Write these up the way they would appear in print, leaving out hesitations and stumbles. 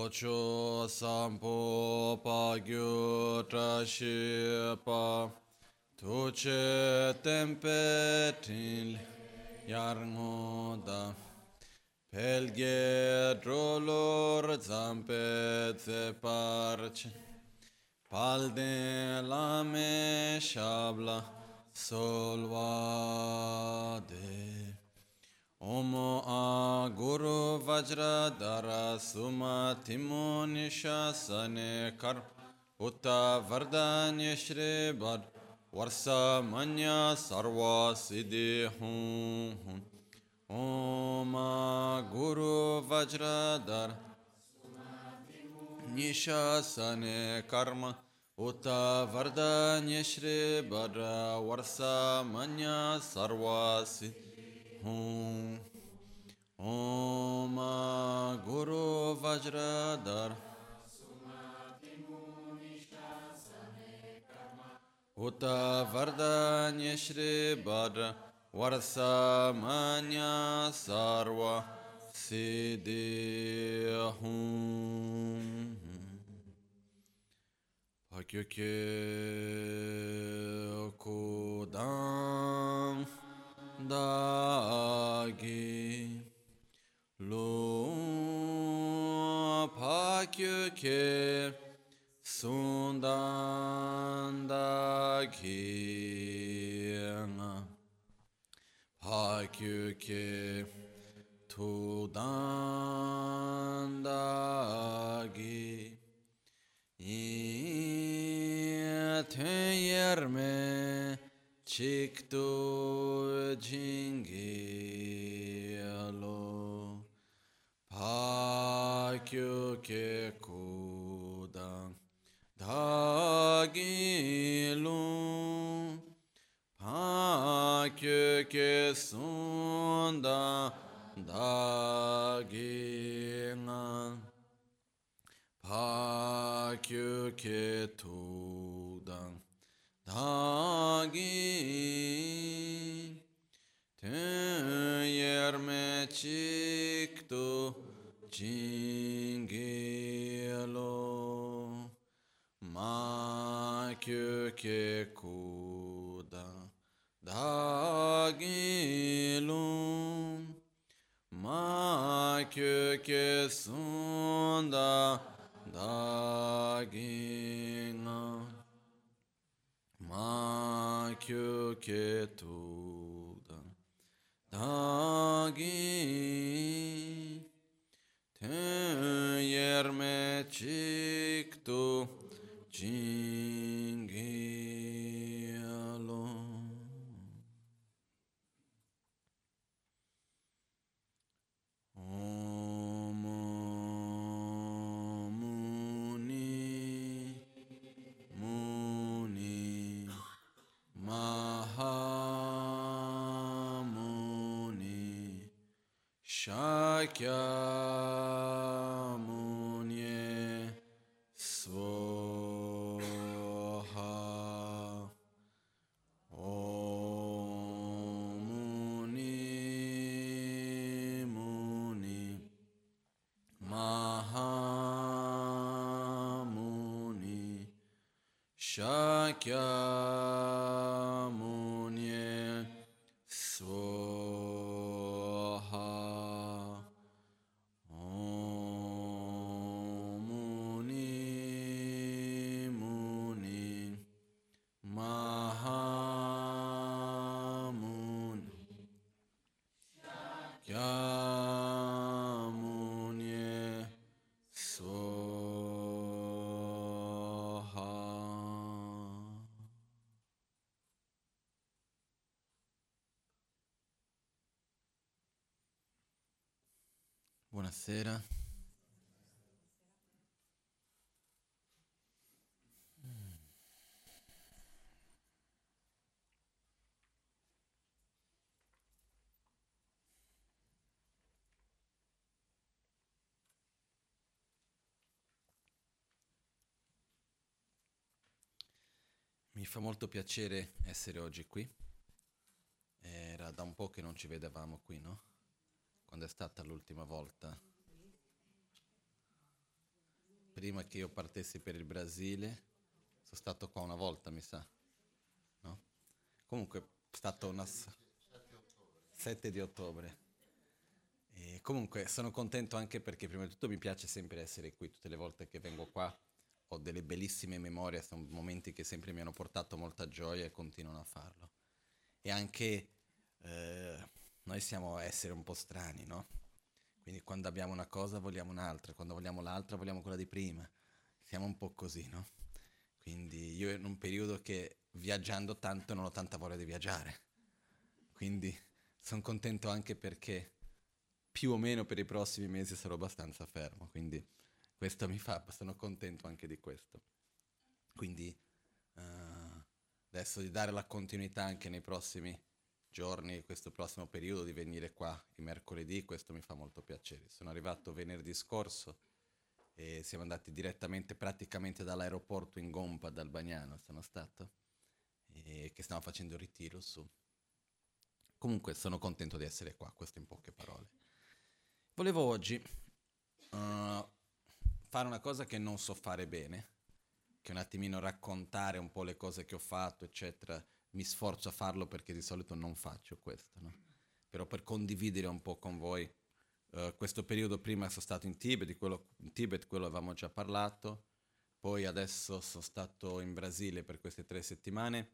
Locho sampo pa gyu trashi pa tuche tempe tin yarngoda pelge drolor zampe ze parche palde lame shabla solvade Omo a Guru Vajra Dara Suma Timo Nishasane Kar Uta Vardanya Shri Bad Varsa Manya Sarva Siddhi Hun Om a Guru Vajra Dara Nishasane Karma Uta Vardanya Shri Bad Varsa Manya Sarva Siddhi Om Guru Vajradhar Uta Vardanya Shri Bhadra Varsa Manya Sarva Siddhi Hum Pakyuke Kudam Dagi Lo Pakyuke Sundandagi Pakyuke Tudandagi Yerme Chikto Jingelo Pakyuke Kudang Dagilu Pakyuke Sunda Dagina Pakyuke Tudang Dagi Yerme Chikto Jingelo Makyuke Kuda Dagilu Makyuke Sunda Dagina Makyuke Tuda Dagi Yerme Chikto Jingelo Om Muni Muni Mahamuni Shakyamuni Svoha Om Muni Muni Mahamuni Shakyamuni Svoha Om Muni Muni Mahamuni Shakyamuni Svoha. Buonasera. Mi fa molto piacere essere oggi qui. Era da un po' che non ci vedevamo qui, no? Quando è stata l'ultima volta? prima che io partessi per il Brasile, sono stato qua una volta, mi sa, no? Comunque è stato 7 di ottobre. E comunque sono contento anche perché prima di tutto mi piace sempre essere qui, tutte le volte che vengo qua ho delle bellissime memorie, sono momenti che sempre mi hanno portato molta gioia e continuano a farlo. E anche eh, noi siamo esseri un po' strani, no? Quindi quando abbiamo una cosa vogliamo un'altra, quando vogliamo l'altra vogliamo quella di prima. Siamo un po' così, no? Quindi io in un periodo che viaggiando tanto non ho tanta voglia di viaggiare. Quindi sono contento anche perché più o meno per i prossimi mesi sarò abbastanza fermo. Quindi questo mi fa, sono contento anche di questo. Quindi adesso di dare la continuità anche nei prossimi giorni, questo prossimo periodo, di venire qua il mercoledì, questo mi fa molto piacere. Sono arrivato venerdì scorso e siamo andati direttamente praticamente dall'aeroporto in gompa ad Albagnano, sono stato, e che stiamo facendo il ritiro su. Comunque sono contento di essere qua, questo in poche parole. Volevo oggi fare una cosa che non so fare bene, che un attimino raccontare un po' le cose che ho fatto, eccetera. Mi sforzo a farlo perché di solito non faccio questo, no? Però per condividere un po' con voi questo periodo prima sono stato in Tibet, quello avevamo già parlato, poi adesso sono stato in Brasile per queste 3 settimane.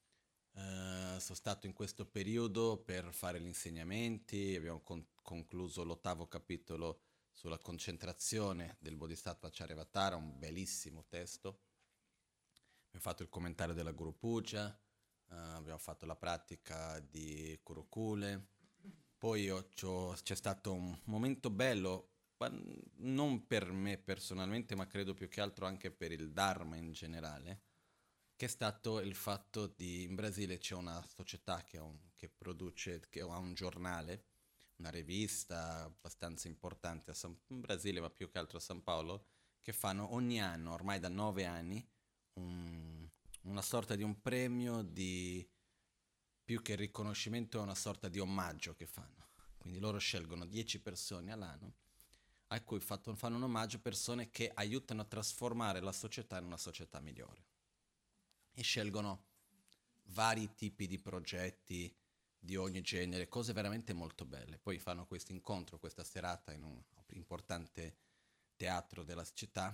Sono stato in questo periodo per fare gli insegnamenti, abbiamo concluso l'8º capitolo sulla concentrazione del Bodhisattva Charyavatara, un bellissimo testo. Abbiamo fatto il commentario della Guru Puja, abbiamo fatto la pratica di Kurukule, poi c'è stato un momento bello, non per me personalmente, ma credo più che altro anche per il Dharma in generale, che è stato il fatto di, in Brasile c'è una società che produce, che ha un giornale, una rivista abbastanza importante in Brasile, ma più che altro a San Paolo, che fanno ogni anno, ormai da 9 anni, una sorta di un premio di più che riconoscimento è una sorta di omaggio che fanno. Quindi loro scelgono 10 persone all'anno a cui fanno un omaggio, persone che aiutano a trasformare la società in una società migliore. E scelgono vari tipi di progetti di ogni genere, cose veramente molto belle. Poi fanno questo incontro, questa serata in un importante teatro della città,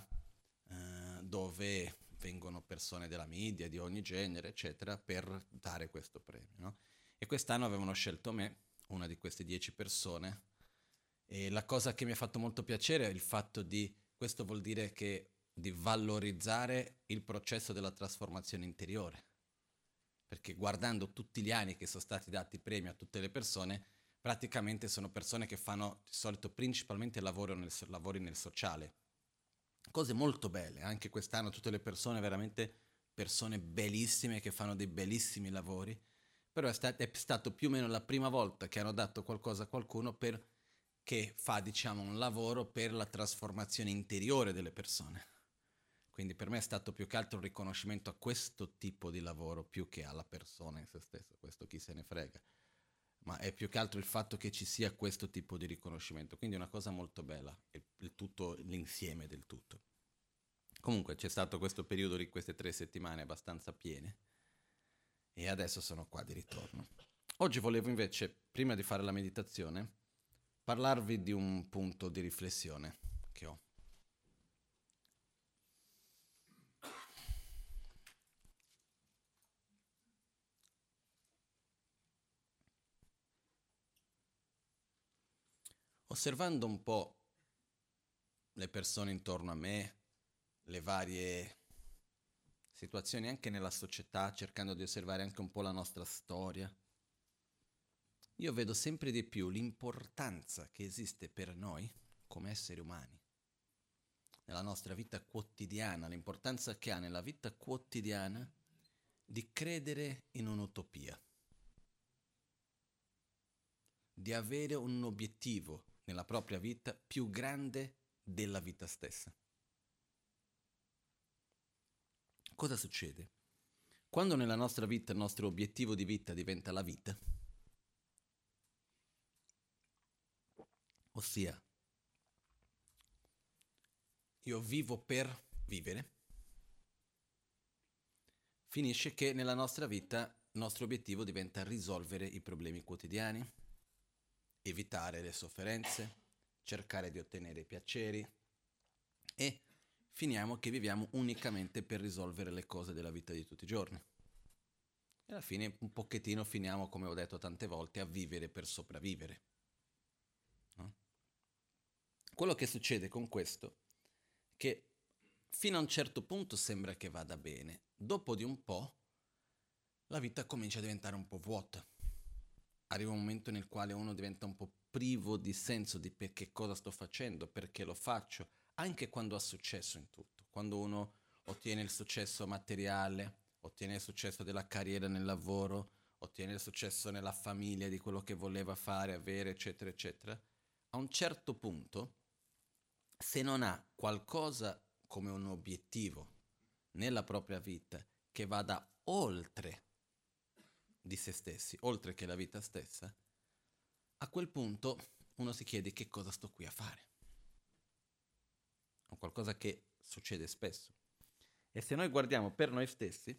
dove vengono persone della media di ogni genere, eccetera, per dare questo premio, no? E quest'anno avevano scelto me, una di queste 10 persone, e la cosa che mi ha fatto molto piacere è il fatto di, questo vuol dire che di valorizzare il processo della trasformazione interiore, perché guardando tutti gli anni che sono stati dati premi a tutte le persone, praticamente sono persone che fanno di solito principalmente lavori nel sociale, cose molto belle, anche quest'anno tutte le persone, veramente persone bellissime che fanno dei bellissimi lavori, però è stato più o meno la prima volta che hanno dato qualcosa a qualcuno che fa, diciamo, un lavoro per la trasformazione interiore delle persone. Quindi per me è stato più che altro un riconoscimento a questo tipo di lavoro più che alla persona in se stessa, questo chi se ne frega, ma è più che altro il fatto che ci sia questo tipo di riconoscimento, quindi è una cosa molto bella, il tutto, l'insieme del tutto. Comunque c'è stato questo periodo di queste 3 settimane abbastanza piene e adesso sono qua di ritorno. Oggi volevo invece, prima di fare la meditazione, parlarvi di un punto di riflessione che ho. Osservando un po' le persone intorno a me, le varie situazioni anche nella società, cercando di osservare anche un po' la nostra storia, io vedo sempre di più l'importanza che esiste per noi come esseri umani, nella nostra vita quotidiana, l'importanza che ha nella vita quotidiana di credere in un'utopia, di avere un obiettivo nella propria vita più grande della vita stessa. Cosa succede? Quando nella nostra vita il nostro obiettivo di vita diventa la vita, ossia io vivo per vivere, finisce che nella nostra vita il nostro obiettivo diventa risolvere i problemi quotidiani, evitare le sofferenze, cercare di ottenere i piaceri e finiamo che viviamo unicamente per risolvere le cose della vita di tutti i giorni. E alla fine un pochettino finiamo, come ho detto tante volte, a vivere per sopravvivere. No? Quello che succede con questo è che fino a un certo punto sembra che vada bene, dopo di un po' la vita comincia a diventare un po' vuota. Arriva un momento nel quale uno diventa un po' privo di senso di perché cosa sto facendo, perché lo faccio, anche quando ha successo in tutto. Quando uno ottiene il successo materiale, ottiene il successo della carriera nel lavoro, ottiene il successo nella famiglia, di quello che voleva fare, avere, eccetera, eccetera, a un certo punto, se non ha qualcosa come un obiettivo nella propria vita che vada oltre di se stessi, oltre che la vita stessa, a quel punto uno si chiede che cosa sto qui a fare. È qualcosa che succede spesso. E se noi guardiamo per noi stessi,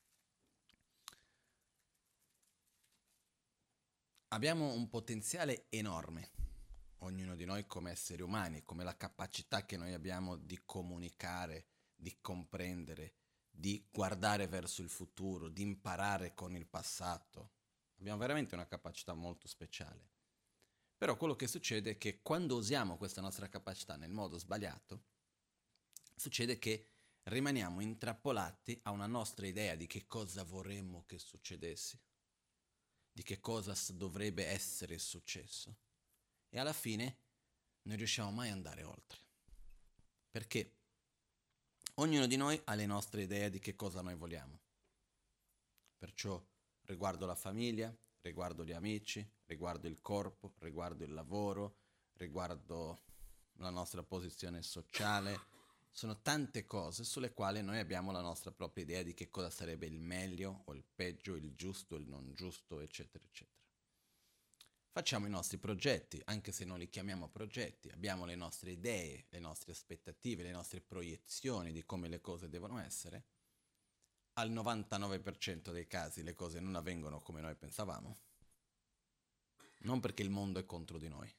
abbiamo un potenziale enorme, ognuno di noi come esseri umani, come la capacità che noi abbiamo di comunicare, di comprendere, di guardare verso il futuro, di imparare con il passato. Abbiamo veramente una capacità molto speciale. Però quello che succede è che quando usiamo questa nostra capacità nel modo sbagliato, succede che rimaniamo intrappolati a una nostra idea di che cosa vorremmo che succedesse, di che cosa dovrebbe essere successo. E alla fine non riusciamo mai ad andare oltre. Perché ognuno di noi ha le nostre idee di che cosa noi vogliamo. Perciò riguardo la famiglia, riguardo gli amici, riguardo il corpo, riguardo il lavoro, riguardo la nostra posizione sociale. Sono tante cose sulle quali noi abbiamo la nostra propria idea di che cosa sarebbe il meglio o il peggio, il giusto, il non giusto, eccetera, eccetera. Facciamo i nostri progetti, anche se non li chiamiamo progetti, abbiamo le nostre idee, le nostre aspettative, le nostre proiezioni di come le cose devono essere. Al 99% dei casi le cose non avvengono come noi pensavamo, non perché il mondo è contro di noi,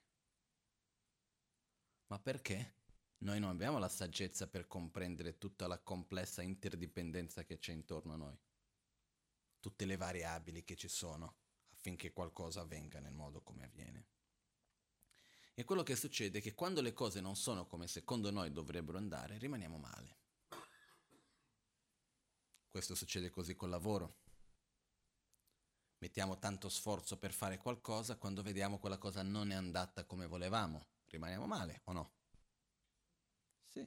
ma perché noi non abbiamo la saggezza per comprendere tutta la complessa interdipendenza che c'è intorno a noi, tutte le variabili che ci sono affinché qualcosa avvenga nel modo come avviene. E quello che succede è che quando le cose non sono come secondo noi dovrebbero andare, rimaniamo male. Questo succede così col lavoro. Mettiamo tanto sforzo per fare qualcosa, quando vediamo quella cosa non è andata come volevamo, rimaniamo male o no? Sì.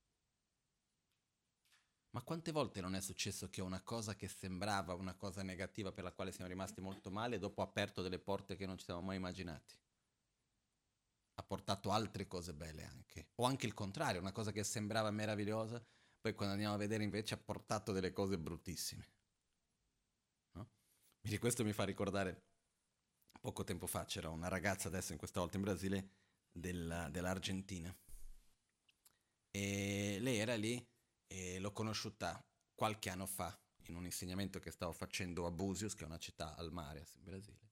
Ma quante volte non è successo che una cosa che sembrava una cosa negativa per la quale siamo rimasti molto male, dopo ha aperto delle porte che non ci siamo mai immaginati? Ha portato altre cose belle anche. O anche il contrario, una cosa che sembrava meravigliosa, poi quando andiamo a vedere invece ha portato delle cose bruttissime. No? Quindi questo mi fa ricordare, poco tempo fa c'era una ragazza, adesso in questa volta in Brasile, dell'Argentina. E lei era lì e l'ho conosciuta qualche anno fa in un insegnamento che stavo facendo a Búzios, che è una città al mare in Brasile.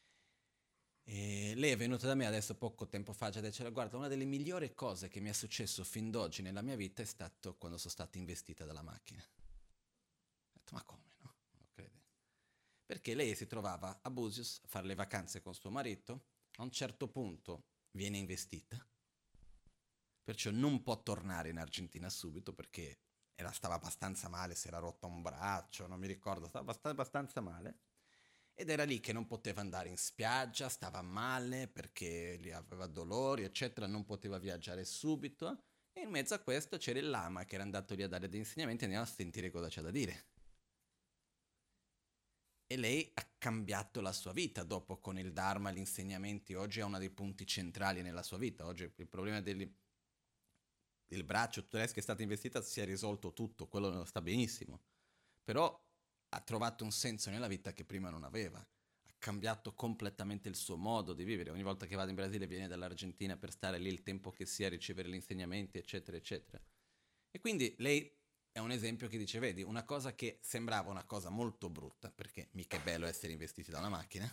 E lei è venuta da me adesso poco tempo fa, già diceva, guarda, una delle migliori cose che mi è successo fin d'oggi nella mia vita è stato quando sono stata investita dalla macchina. Ho detto, ma come, no? Non lo crede. Perché lei si trovava a Búzios a fare le vacanze con suo marito, a un certo punto viene investita, perciò non può tornare in Argentina subito perché stava abbastanza male, si era rotto un braccio, non mi ricordo, stava abbastanza male. Ed era lì che non poteva andare in spiaggia, stava male perché aveva dolori, eccetera, non poteva viaggiare subito. E in mezzo a questo c'era il lama che era andato lì a dare degli insegnamenti e andiamo a sentire cosa c'è da dire. E lei ha cambiato la sua vita dopo con il Dharma, gli insegnamenti. Oggi è uno dei punti centrali nella sua vita. Oggi il problema del braccio, tutto il resto che è stata investita, si è risolto tutto, quello sta benissimo. Però ha trovato un senso nella vita che prima non aveva. Ha cambiato completamente il suo modo di vivere. Ogni volta che vado in Brasile viene dall'Argentina per stare lì il tempo che sia, ricevere gli insegnamenti, eccetera, eccetera. E quindi lei è un esempio che dice, vedi, una cosa che sembrava una cosa molto brutta, perché mica è bello essere investiti da una macchina,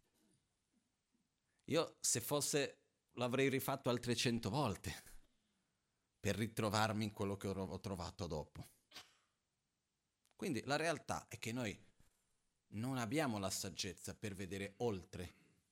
io se fosse l'avrei rifatto altre 100 volte per ritrovarmi in quello che ho trovato dopo. Quindi la realtà è che noi non abbiamo la saggezza per vedere oltre.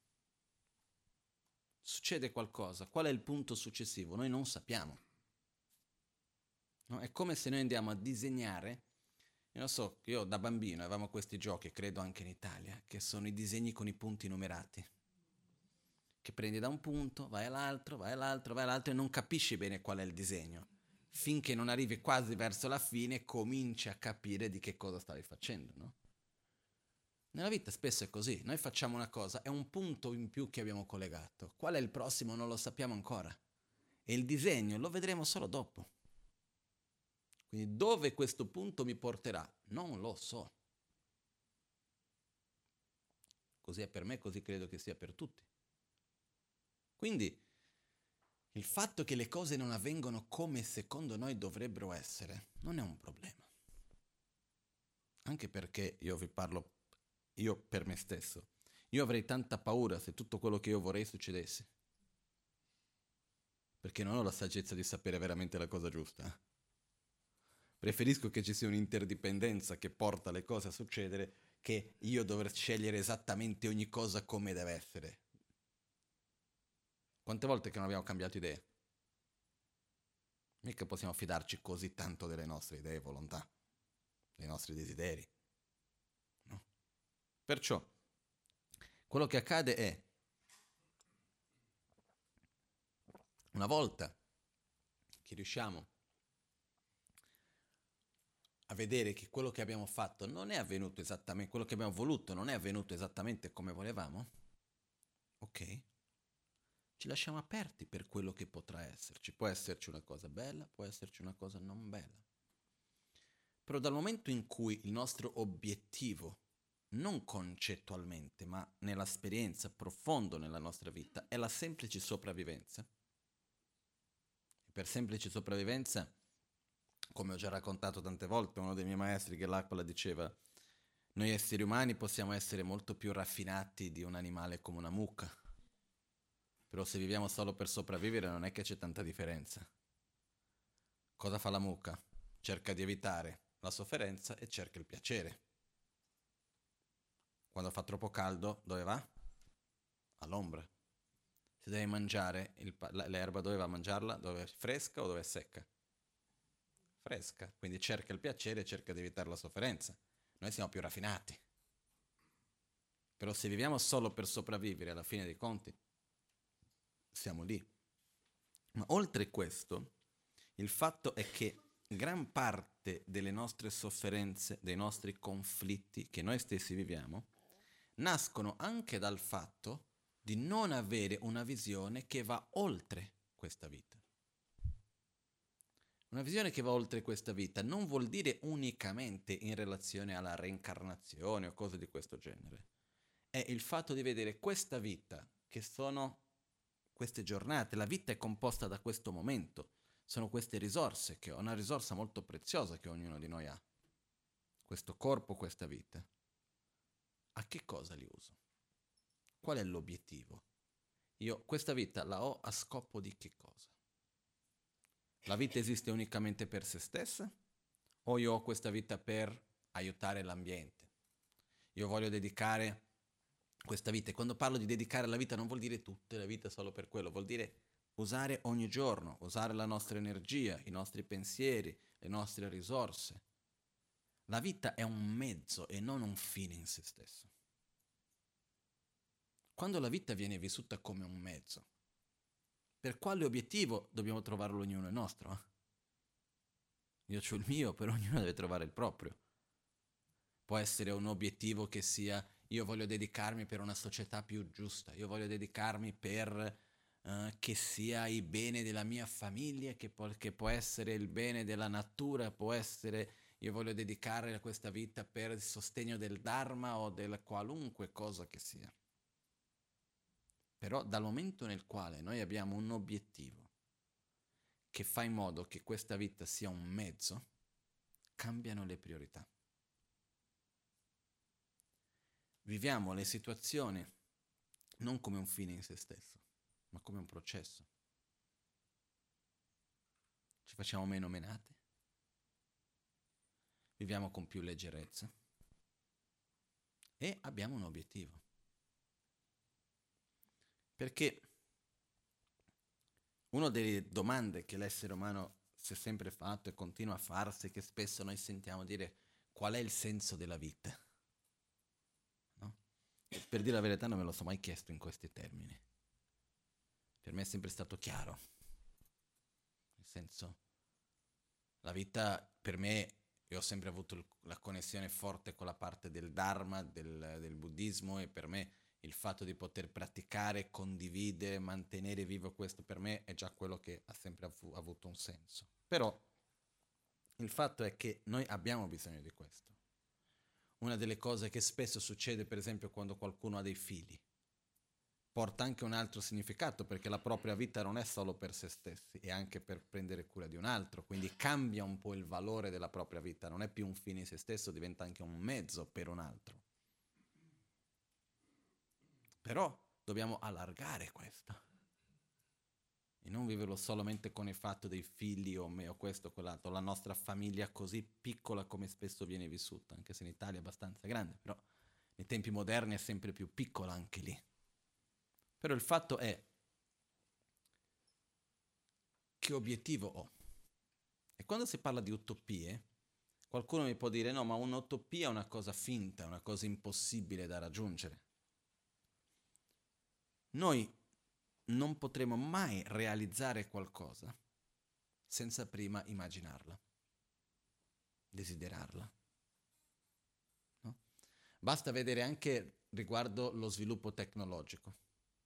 Succede qualcosa, qual è il punto successivo? Noi non sappiamo. No? È come se noi andiamo a disegnare, io non so, io da bambino avevamo questi giochi, credo anche in Italia, che sono i disegni con i punti numerati. Che prendi da un punto, vai all'altro, vai all'altro, vai all'altro e non capisci bene qual è il disegno. Finché non arrivi quasi verso la fine, cominci a capire di che cosa stavi facendo, no? Nella vita spesso è così, noi facciamo una cosa, è un punto in più che abbiamo collegato. Qual è il prossimo non lo sappiamo ancora. E il disegno lo vedremo solo dopo. Quindi dove questo punto mi porterà? Non lo so. Così è per me, così credo che sia per tutti. Quindi il fatto che le cose non avvengono come secondo noi dovrebbero essere non è un problema. Anche perché io vi parlo, io per me stesso, io avrei tanta paura se tutto quello che io vorrei succedesse. Perché non ho la saggezza di sapere veramente la cosa giusta. Preferisco che ci sia un'interdipendenza che porta le cose a succedere che io dover scegliere esattamente ogni cosa come deve essere. Quante volte che non abbiamo cambiato idee? Mica possiamo fidarci così tanto delle nostre idee e volontà, dei nostri desideri. No? Perciò, quello che accade è, una volta che riusciamo a vedere che quello che abbiamo fatto non è avvenuto esattamente, quello che abbiamo voluto non è avvenuto esattamente come volevamo, ok? Ci lasciamo aperti per quello che potrà esserci. Può esserci una cosa bella, può esserci una cosa non bella. Però dal momento in cui il nostro obiettivo, non concettualmente, ma nell'esperienza profondo nella nostra vita, è la semplice sopravvivenza, e per semplice sopravvivenza, come ho già raccontato tante volte, uno dei miei maestri che l'acqua la diceva, noi esseri umani possiamo essere molto più raffinati di un animale come una mucca, però se viviamo solo per sopravvivere non è che c'è tanta differenza. Cosa fa la mucca? Cerca di evitare la sofferenza e cerca il piacere. Quando fa troppo caldo, dove va? All'ombra. Se deve mangiare l'erba, dove va a mangiarla? Dove è fresca o dove è secca? Fresca. Quindi cerca il piacere e cerca di evitare la sofferenza. Noi siamo più raffinati. Però se viviamo solo per sopravvivere, alla fine dei conti, siamo lì. Ma oltre questo, il fatto è che gran parte delle nostre sofferenze, dei nostri conflitti che noi stessi viviamo, nascono anche dal fatto di non avere una visione che va oltre questa vita. Una visione che va oltre questa vita non vuol dire unicamente in relazione alla reincarnazione o cose di questo genere. È il fatto di vedere questa vita, che sono queste giornate, la vita è composta da questo momento, sono queste risorse, che è una risorsa molto preziosa che ognuno di noi ha, questo corpo, questa vita. A che cosa li uso? Qual è l'obiettivo? Io questa vita la ho a scopo di che cosa? La vita esiste unicamente per se stessa? O io ho questa vita per aiutare l'ambiente? Io voglio dedicare questa vita, e quando parlo di dedicare la vita non vuol dire tutta la vita solo per quello, vuol dire usare ogni giorno, usare la nostra energia, i nostri pensieri, le nostre risorse. La vita è un mezzo e non un fine in se stesso. Quando la vita viene vissuta come un mezzo, per quale obiettivo dobbiamo trovarlo ognuno il nostro? Io ho il mio, però ognuno deve trovare il proprio. Può essere un obiettivo che sia io voglio dedicarmi per una società più giusta, io voglio dedicarmi per che sia il bene della mia famiglia, che può essere il bene della natura, può essere io voglio dedicare questa vita per il sostegno del Dharma o della qualunque cosa che sia. Però dal momento nel quale noi abbiamo un obiettivo che fa in modo che questa vita sia un mezzo, cambiano le priorità. Viviamo le situazioni non come un fine in se stesso, ma come un processo. Ci facciamo meno menate, viviamo con più leggerezza e abbiamo un obiettivo. Perché una delle domande che l'essere umano si è sempre fatto e continua a farsi, che spesso noi sentiamo dire, qual è il senso della vita? No? E per dire la verità non me lo sono mai chiesto in questi termini. Per me è sempre stato chiaro. Nel senso, la vita per me, io ho sempre avuto la connessione forte con la parte del Dharma, del buddismo, e per me il fatto di poter praticare, condividere, mantenere vivo questo, per me è già quello che ha sempre avuto un senso. Però il fatto è che noi abbiamo bisogno di questo. Una delle cose che spesso succede, per esempio, quando qualcuno ha dei figli, porta anche un altro significato, perché la propria vita non è solo per se stessi, è anche per prendere cura di un altro, quindi cambia un po' il valore della propria vita, non è più un fine in se stesso, diventa anche un mezzo per un altro. Però dobbiamo allargare questo e non viverlo solamente con il fatto dei figli o questo o quell'altro, la nostra famiglia così piccola come spesso viene vissuta, anche se in Italia è abbastanza grande, però nei tempi moderni è sempre più piccola anche lì. Però il fatto è, che obiettivo ho? E quando si parla di utopie, qualcuno mi può dire no, ma un'utopia è una cosa finta, una cosa impossibile da raggiungere. Noi non potremo mai realizzare qualcosa senza prima immaginarla, desiderarla. No? Basta vedere anche riguardo lo sviluppo tecnologico.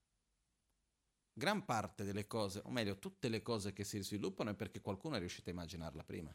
Gran parte delle cose, o meglio tutte le cose che si sviluppano è perché qualcuno è riuscito a immaginarla prima.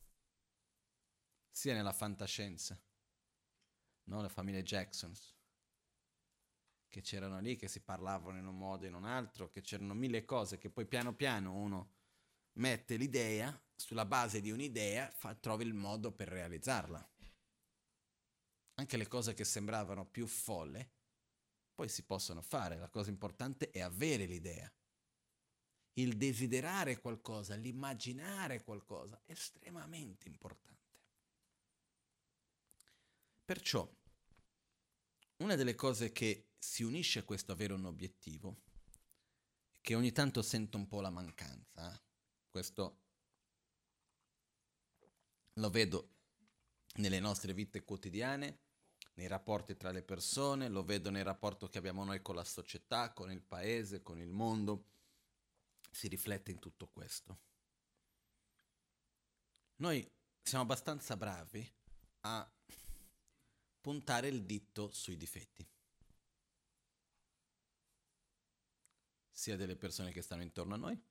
Sia nella fantascienza, no? Le famiglie Jacksons, che c'erano lì, che si parlavano in un modo e in un altro, che c'erano mille cose che poi piano piano uno mette l'idea, sulla base di un'idea trovi il modo per realizzarla. Anche le cose che sembravano più folle, poi si possono fare. La cosa importante è avere l'idea. Il desiderare qualcosa, l'immaginare qualcosa, è estremamente importante. Perciò, una delle cose che si unisce a questo avere un obiettivo, che ogni tanto sento un po' la mancanza, questo lo vedo nelle nostre vite quotidiane, nei rapporti tra le persone, lo vedo nel rapporto che abbiamo noi con la società, con il paese, con il mondo, si riflette in tutto questo. Noi siamo abbastanza bravi a puntare il dito sui difetti, sia delle persone che stanno intorno a noi,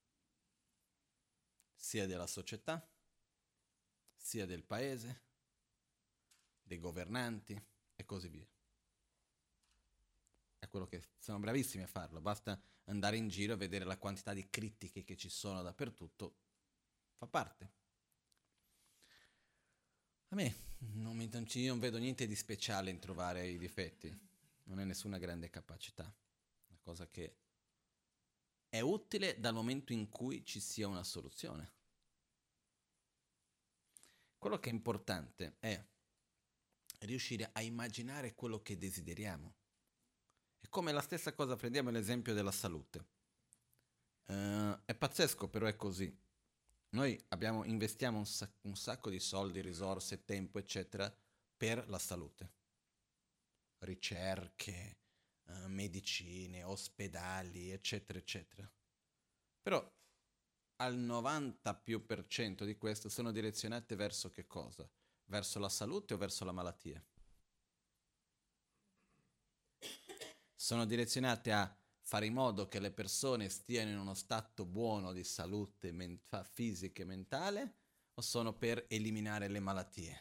sia della società, sia del paese, dei governanti e così via. È quello che sono bravissimi a farlo, basta andare in giro e vedere la quantità di critiche che ci sono dappertutto, fa parte. A me io non vedo niente di speciale in trovare i difetti, non è nessuna grande capacità, una cosa che è utile dal momento in cui ci sia una soluzione. Quello che è importante è riuscire a immaginare quello che desideriamo. È come la stessa cosa, prendiamo l'esempio della salute. È pazzesco, però è così. Noi investiamo un sacco di soldi, risorse, tempo, eccetera, per la salute. Ricerche, medicine, ospedali, eccetera, eccetera. Però al 90% di questo sono direzionate verso che cosa? Verso la salute o verso la malattia? Sono direzionate a fare in modo che le persone stiano in uno stato buono di salute fisica e mentale, o sono per eliminare le malattie?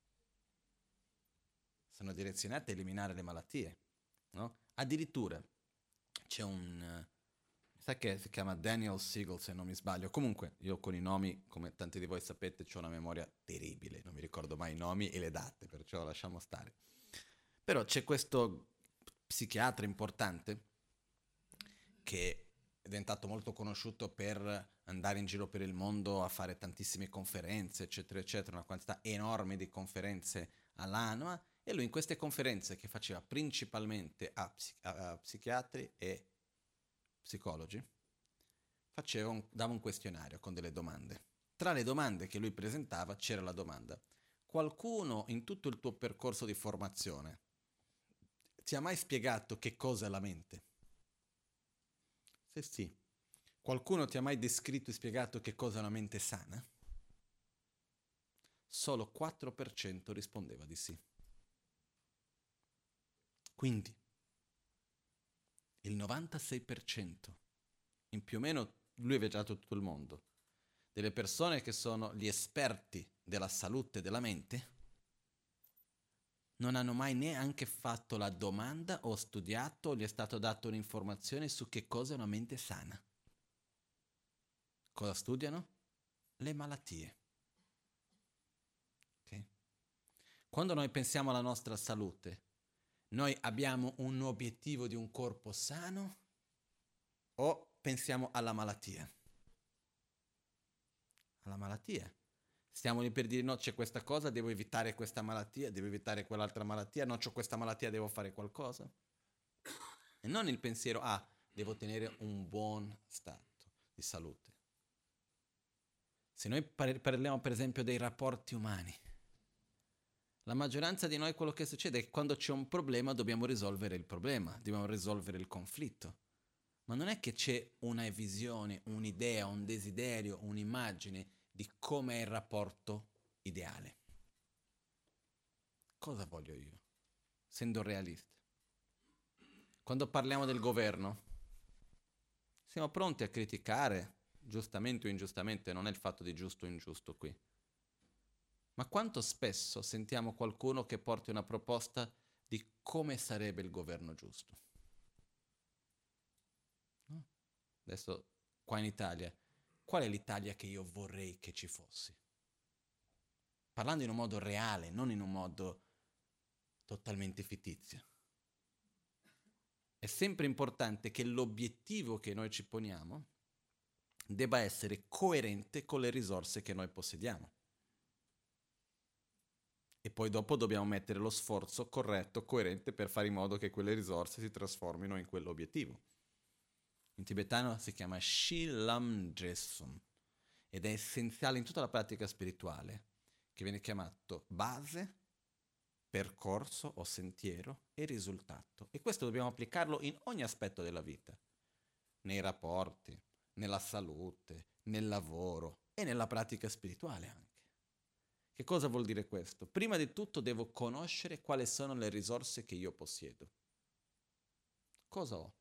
Sono direzionate a eliminare le malattie, no? Addirittura c'è Sai che si chiama Daniel Siegel, se non mi sbaglio. Comunque, io con i nomi, come tanti di voi sapete, ho una memoria terribile. Non mi ricordo mai i nomi e le date, perciò lasciamo stare. Però c'è questo psichiatra importante che è diventato molto conosciuto per andare in giro per il mondo a fare tantissime conferenze, eccetera, eccetera, una quantità enorme di conferenze all'anno, e lui in queste conferenze che faceva principalmente a psichiatri e psicologi, dava un questionario con delle domande. Tra le domande che lui presentava c'era la domanda: qualcuno in tutto il tuo percorso di formazione ti ha mai spiegato che cosa è la mente? Se sì, qualcuno ti ha mai descritto e spiegato che cosa è una mente sana? Solo 4% rispondeva di sì. Quindi il 96%, in più o meno lui ha viaggiato tutto il mondo, delle persone che sono gli esperti della salute della mente, non hanno mai neanche fatto la domanda o studiato o gli è stato dato un'informazione su che cosa è una mente sana. Cosa studiano? Le malattie. Okay? Quando noi pensiamo alla nostra salute, noi abbiamo un obiettivo di un corpo sano o pensiamo alla malattia? Alla malattia. Stiamo lì per dire no, c'è questa cosa, devo evitare questa malattia, devo evitare quell'altra malattia, no, c'ho questa malattia, devo fare qualcosa. E non il pensiero, devo tenere un buon stato di salute. Se noi parliamo per esempio dei rapporti umani, la maggioranza di noi quello che succede è che quando c'è un problema dobbiamo risolvere il problema, dobbiamo risolvere il conflitto. Ma non è che c'è una visione, un'idea, un desiderio, un'immagine di come è il rapporto ideale. Cosa voglio io? Essendo realista. Quando parliamo del governo, siamo pronti a criticare, giustamente o ingiustamente, non è il fatto di giusto o ingiusto qui. Ma quanto spesso sentiamo qualcuno che porti una proposta di come sarebbe il governo giusto? No? Adesso, qua in Italia, qual è l'Italia che io vorrei che ci fossi? Parlando in un modo reale, non in un modo totalmente fittizio. È sempre importante che l'obiettivo che noi ci poniamo debba essere coerente con le risorse che noi possediamo. E poi dopo dobbiamo mettere lo sforzo corretto, coerente, per fare in modo che quelle risorse si trasformino in quell'obiettivo. In tibetano si chiama Shilam Dresum ed è essenziale in tutta la pratica spirituale, che viene chiamato base, percorso o sentiero e risultato. E questo dobbiamo applicarlo in ogni aspetto della vita, nei rapporti, nella salute, nel lavoro e nella pratica spirituale anche. Che cosa vuol dire questo? Prima di tutto devo conoscere quali sono le risorse che io possiedo. Cosa ho?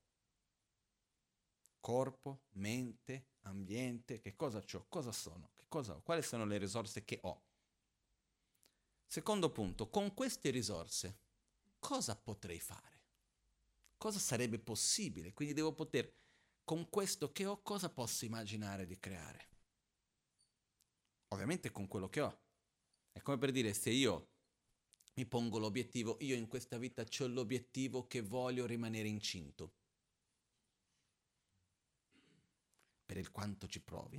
Corpo, mente, ambiente, che cosa ho? Cosa sono? Che cosa ho? Quali sono le risorse che ho? Secondo punto, con queste risorse cosa potrei fare? Cosa sarebbe possibile? Quindi devo poter, con questo che ho, cosa posso immaginare di creare? Ovviamente con quello che ho. È come per dire, se io mi pongo l'obiettivo, io in questa vita ho l'obiettivo che voglio rimanere incinto. Per il quanto ci provi,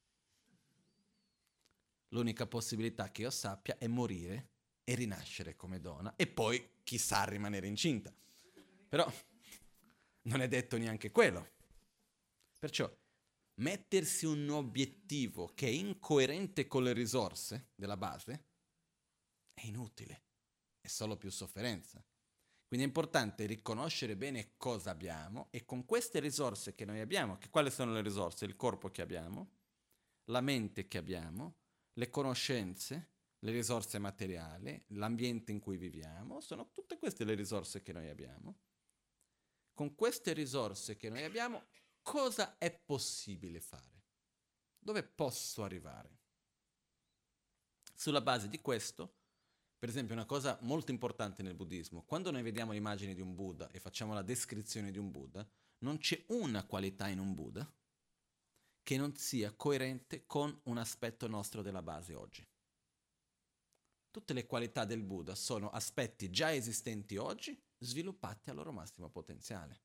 l'unica possibilità che io sappia è morire e rinascere come donna e poi chissà rimanere incinta. Però non è detto neanche quello. Perciò mettersi un obiettivo che è incoerente con le risorse della base è inutile, è solo più sofferenza. Quindi è importante riconoscere bene cosa abbiamo e con queste risorse che noi abbiamo, che quali sono le risorse? Il corpo che abbiamo, la mente che abbiamo, le conoscenze, le risorse materiali, l'ambiente in cui viviamo, sono tutte queste le risorse che noi abbiamo. Con queste risorse che noi abbiamo, cosa è possibile fare? Dove posso arrivare? Sulla base di questo Per esempio, una cosa molto importante nel buddismo, quando noi vediamo l'immagine di un Buddha e facciamo la descrizione di un Buddha, non c'è una qualità in un Buddha che non sia coerente con un aspetto nostro della base oggi. Tutte le qualità del Buddha sono aspetti già esistenti oggi, sviluppati al loro massimo potenziale.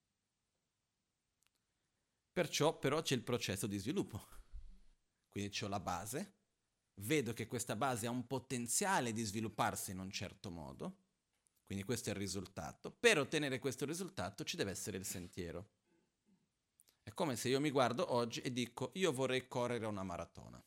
Perciò però c'è il processo di sviluppo. Quindi c'ho la base, vedo che questa base ha un potenziale di svilupparsi in un certo modo, quindi questo è il risultato. Per ottenere questo risultato ci deve essere il sentiero. È come se io mi guardo oggi e dico io vorrei correre una maratona.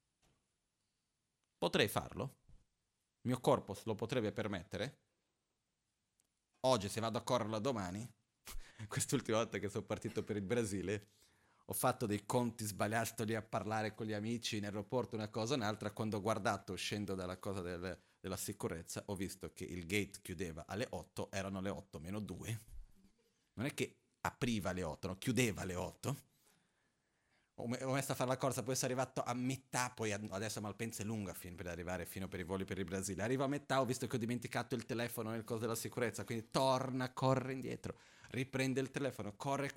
Potrei farlo? Il mio corpo lo potrebbe permettere? Oggi se vado a correrla domani, quest'ultima volta che sono partito per il Brasile, ho fatto dei conti sbagliati, sto lì a parlare con gli amici in aeroporto, una cosa o un'altra, quando ho guardato uscendo dalla cosa della sicurezza ho visto che il gate chiudeva alle 8, erano le 8 meno 2. Non è che apriva alle 8, no? Chiudeva alle 8. Ho messo a fare la corsa, poi sono arrivato a metà, poi adesso Malpensa è lunga per arrivare fino per i voli per il Brasile. Arrivo a metà, ho visto che ho dimenticato il telefono nel coso della sicurezza, quindi torna, corre indietro, riprende il telefono, corre.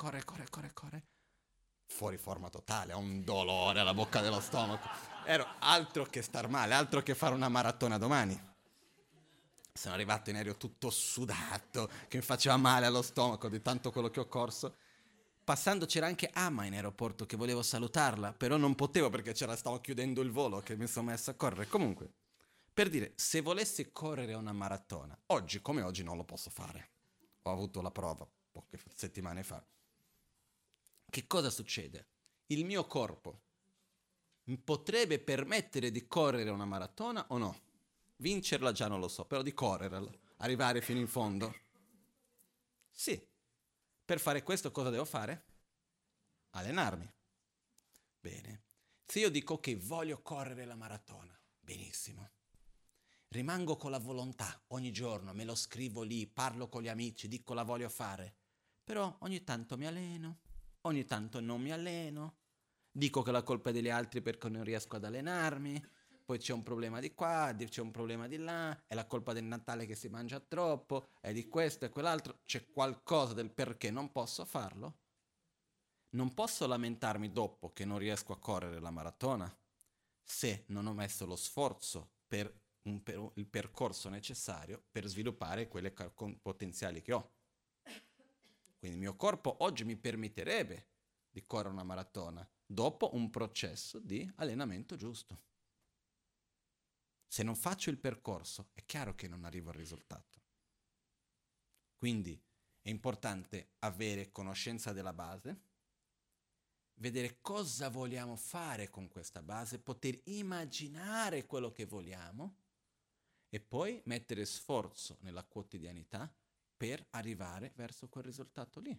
Fuori forma totale, ho un dolore alla bocca dello stomaco. Ero altro che star male, altro che fare una maratona domani. Sono arrivato in aereo tutto sudato, che mi faceva male allo stomaco di tanto quello che ho corso. Passando c'era anche Ama in aeroporto che volevo salutarla, però non potevo perché stavo chiudendo il volo che mi sono messo a correre. Comunque, per dire, se volessi correre una maratona, oggi come oggi non lo posso fare. Ho avuto la prova poche settimane fa. Che cosa succede? Il mio corpo potrebbe permettere di correre una maratona o no? Vincerla già non lo so, però di correrla, arrivare fino in fondo? Sì. Per fare questo cosa devo fare? Allenarmi. Bene. Se io dico che voglio correre la maratona, benissimo. Rimango con la volontà, ogni giorno me lo scrivo lì, parlo con gli amici, dico la voglio fare. Però ogni tanto mi alleno, ogni tanto non mi alleno, dico che la colpa è degli altri perché non riesco ad allenarmi, poi c'è un problema di qua, c'è un problema di là, è la colpa del Natale che si mangia troppo, è di questo e quell'altro, c'è qualcosa del perché non posso farlo? Non posso lamentarmi dopo che non riesco a correre la maratona se non ho messo lo sforzo per il percorso necessario per sviluppare quelle potenziali che ho. Quindi il mio corpo oggi mi permetterebbe di correre una maratona dopo un processo di allenamento giusto. Se non faccio il percorso, è chiaro che non arrivo al risultato. Quindi è importante avere conoscenza della base, vedere cosa vogliamo fare con questa base, poter immaginare quello che vogliamo e poi mettere sforzo nella quotidianità per arrivare verso quel risultato lì.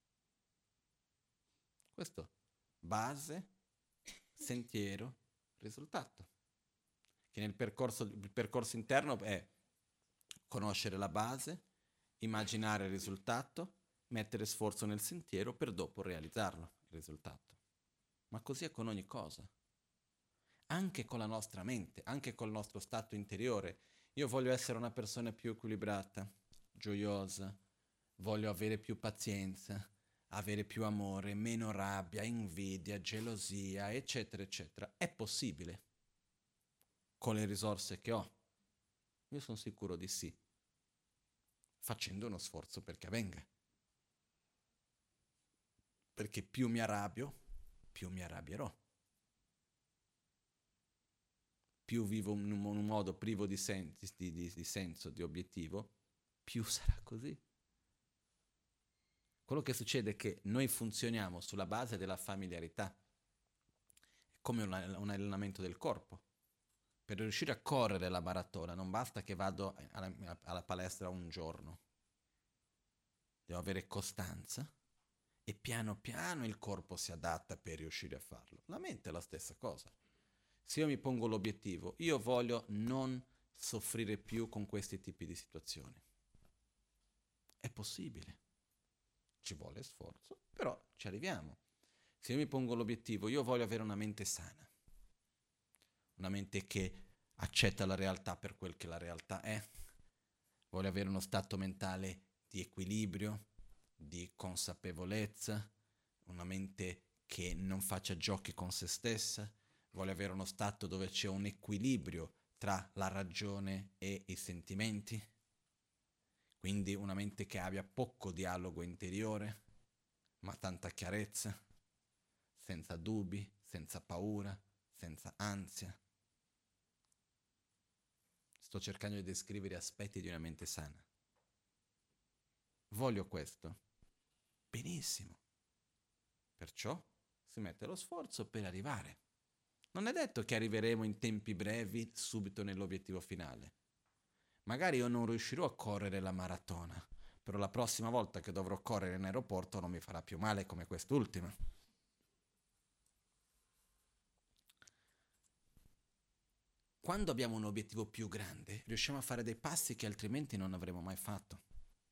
Questo, base, sentiero, risultato. Che il percorso interno è conoscere la base, immaginare il risultato, mettere sforzo nel sentiero per dopo realizzarlo, il risultato. Ma così è con ogni cosa. Anche con la nostra mente, anche col nostro stato interiore. Io voglio essere una persona più equilibrata, gioiosa, voglio avere più pazienza, avere più amore, meno rabbia, invidia, gelosia, eccetera, eccetera. È possibile con le risorse che ho? Io sono sicuro di sì, facendo uno sforzo perché avvenga. Perché più mi arrabbio, più mi arrabbierò. Più vivo in un modo privo di senso, di obiettivo, più sarà così. Quello che succede è che noi funzioniamo sulla base della familiarità, come un allenamento del corpo. Per riuscire a correre la maratona non basta che vado alla palestra un giorno. Devo avere costanza e piano piano il corpo si adatta per riuscire a farlo. La mente è la stessa cosa. Se io mi pongo l'obiettivo, io voglio non soffrire più con questi tipi di situazioni. È possibile. Ci vuole sforzo, però ci arriviamo. Se io mi pongo l'obiettivo, io voglio avere una mente sana. Una mente che accetta la realtà per quel che la realtà è, vuole avere uno stato mentale di equilibrio, di consapevolezza, una mente che non faccia giochi con se stessa, vuole avere uno stato dove c'è un equilibrio tra la ragione e i sentimenti, quindi una mente che abbia poco dialogo interiore, ma tanta chiarezza, senza dubbi, senza paura, senza ansia. Sto cercando di descrivere aspetti di una mente sana. Voglio questo? Benissimo. Perciò si mette lo sforzo per arrivare. Non è detto che arriveremo in tempi brevi subito nell'obiettivo finale. Magari io non riuscirò a correre la maratona, però la prossima volta che dovrò correre in aeroporto non mi farà più male come quest'ultima. Quando abbiamo un obiettivo più grande, riusciamo a fare dei passi che altrimenti non avremmo mai fatto.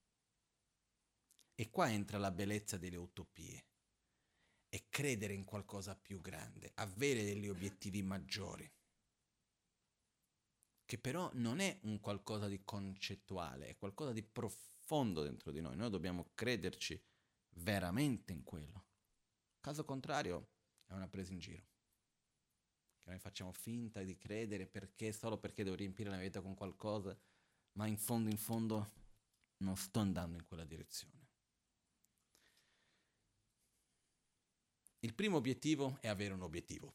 E qua entra la bellezza delle utopie. È credere in qualcosa più grande, avere degli obiettivi maggiori, che però non è un qualcosa di concettuale, è qualcosa di profondo dentro di noi. Noi dobbiamo crederci veramente in quello. Caso contrario, è una presa in giro. Che noi facciamo finta di credere perché solo perché devo riempire la vita con qualcosa, ma in fondo non sto andando in quella direzione. Il primo obiettivo è avere un obiettivo,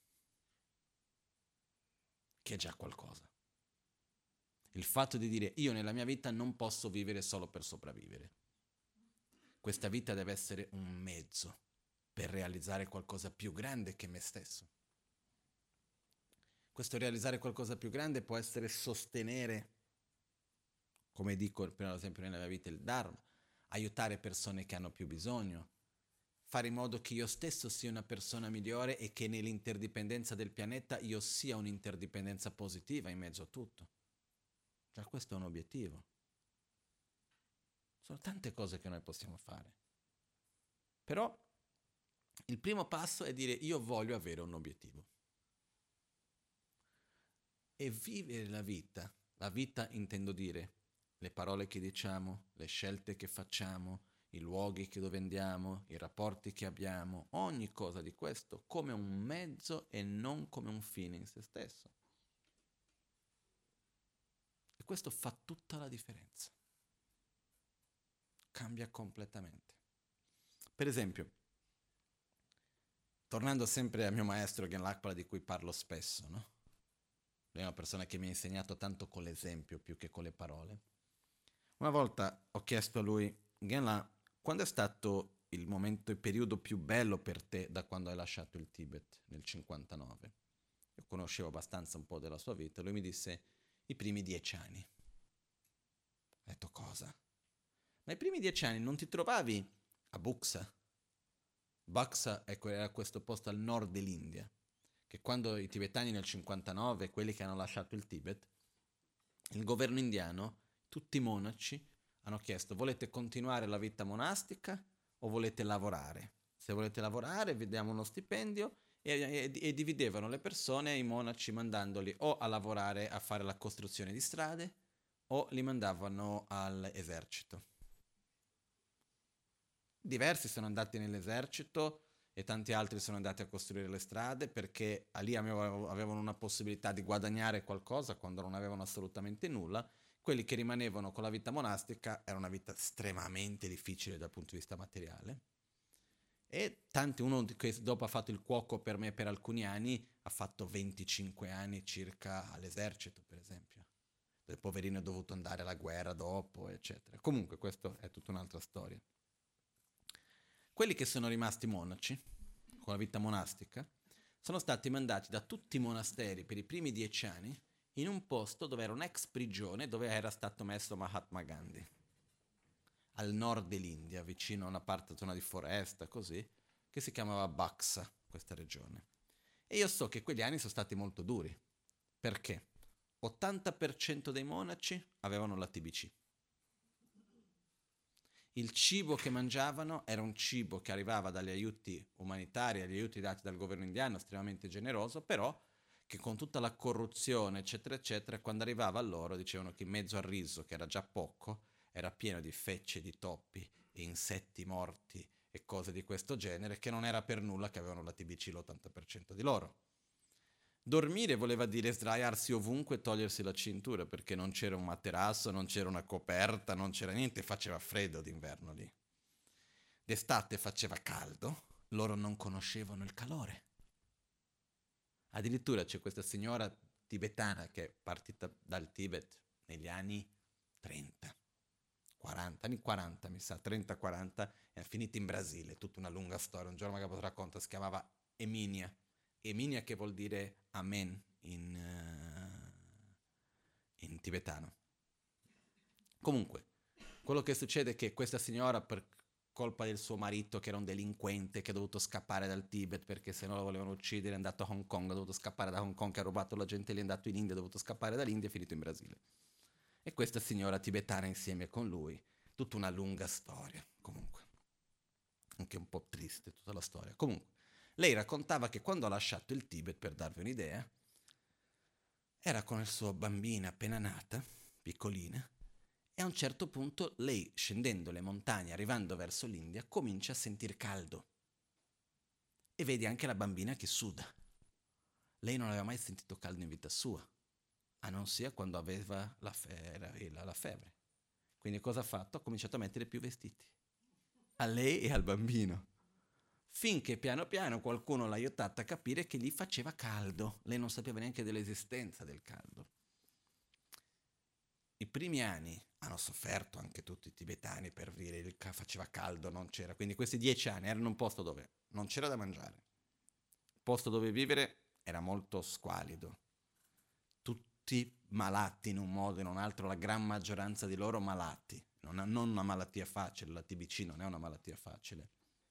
che è già qualcosa. Il fatto di dire io nella mia vita non posso vivere solo per sopravvivere. Questa vita deve essere un mezzo per realizzare qualcosa più grande che me stesso. Questo realizzare qualcosa più grande può essere sostenere, come dico per esempio nella mia vita, il Dharma, aiutare persone che hanno più bisogno, fare in modo che io stesso sia una persona migliore e che nell'interdipendenza del pianeta io sia un'interdipendenza positiva in mezzo a tutto. Cioè questo è un obiettivo. Sono tante cose che noi possiamo fare. Però il primo passo è dire io voglio avere un obiettivo. E vivere la vita intendo dire le parole che diciamo, le scelte che facciamo, i luoghi dove andiamo, i rapporti che abbiamo, ogni cosa di questo come un mezzo e non come un fine in se stesso. E questo fa tutta la differenza. Cambia completamente. Per esempio, tornando sempre al mio maestro Gen Lakpala di cui parlo spesso, no? Lui è una persona che mi ha insegnato tanto con l'esempio più che con le parole. Una volta ho chiesto a lui, Genla, quando è stato il momento, il periodo più bello per te da quando hai lasciato il Tibet nel 59? Io conoscevo abbastanza un po' della sua vita. Lui mi disse i primi 10 anni. Ho detto cosa? Ma i primi 10 anni non ti trovavi a Buxa? Buxa era questo posto al nord dell'India, che quando i tibetani nel 59, quelli che hanno lasciato il Tibet, il governo indiano, tutti i monaci, hanno chiesto volete continuare la vita monastica o volete lavorare? Se volete lavorare vi diamo uno stipendio e dividevano le persone, i monaci, mandandoli o a lavorare a fare la costruzione di strade o li mandavano all'esercito. Diversi sono andati nell'esercito e tanti altri sono andati a costruire le strade perché lì avevano una possibilità di guadagnare qualcosa quando non avevano assolutamente nulla. Quelli che rimanevano con la vita monastica era una vita estremamente difficile dal punto di vista materiale. E tanti, uno che dopo ha fatto il cuoco per me per alcuni anni, ha fatto 25 anni circa all'esercito, per esempio. Il poverino è dovuto andare alla guerra dopo, eccetera. Comunque, questa è tutta un'altra storia. Quelli che sono rimasti monaci, con la vita monastica, sono stati mandati da tutti i monasteri per i primi 10 anni in un posto dove era un'ex prigione dove era stato messo Mahatma Gandhi, al nord dell'India, vicino a una zona di foresta, così, che si chiamava Buxa, questa regione. E io so che quegli anni sono stati molto duri. Perché? 80% dei monaci avevano la TBC. Il cibo che mangiavano era un cibo che arrivava dagli aiuti umanitari, agli aiuti dati dal governo indiano, estremamente generoso, però che con tutta la corruzione, eccetera, eccetera, quando arrivava a loro dicevano che in mezzo al riso, che era già poco, era pieno di fecce di topi e insetti morti e cose di questo genere, che non era per nulla che avevano la TBC l'80% di loro. Dormire voleva dire sdraiarsi ovunque e togliersi la cintura, perché non c'era un materasso, non c'era una coperta, non c'era niente, faceva freddo d'inverno lì. D'estate faceva caldo, loro non conoscevano il calore. Addirittura c'è questa signora tibetana che è partita dal Tibet negli anni 30, 40, anni 40 mi sa, 30-40, e è finita in Brasile, tutta una lunga storia. Un giorno che racconta, si chiamava Eminia. Eminia che vuol dire amen in tibetano. Comunque, quello che succede è che questa signora, per colpa del suo marito che era un delinquente, che è dovuto scappare dal Tibet perché se no lo volevano uccidere, è andato a Hong Kong, ha dovuto scappare da Hong Kong, che ha rubato la gente lì, è andato in India, ha dovuto scappare dall'India e è finito in Brasile. E questa signora tibetana insieme con lui, tutta una lunga storia, comunque. Anche un po' triste tutta la storia. Comunque, lei raccontava che quando ha lasciato il Tibet, per darvi un'idea, era con la sua bambina appena nata, piccolina, e a un certo punto lei, scendendo le montagne, arrivando verso l'India, comincia a sentir caldo. E vedi anche la bambina che suda. Lei non aveva mai sentito caldo in vita sua, a non sia quando aveva la febbre. Quindi cosa ha fatto? Ha cominciato a mettere più vestiti. A lei e al bambino. Finché piano piano qualcuno l'ha aiutata a capire che gli faceva caldo. Lei non sapeva neanche dell'esistenza del caldo. I primi anni hanno sofferto anche tutti i tibetani per dire che faceva caldo, non c'era. Quindi questi 10 anni erano in un posto dove non c'era da mangiare. Il posto dove vivere era molto squalido. Tutti malati in un modo o in un altro, la gran maggioranza di loro malati. Non una malattia facile, la TBC non è una malattia facile.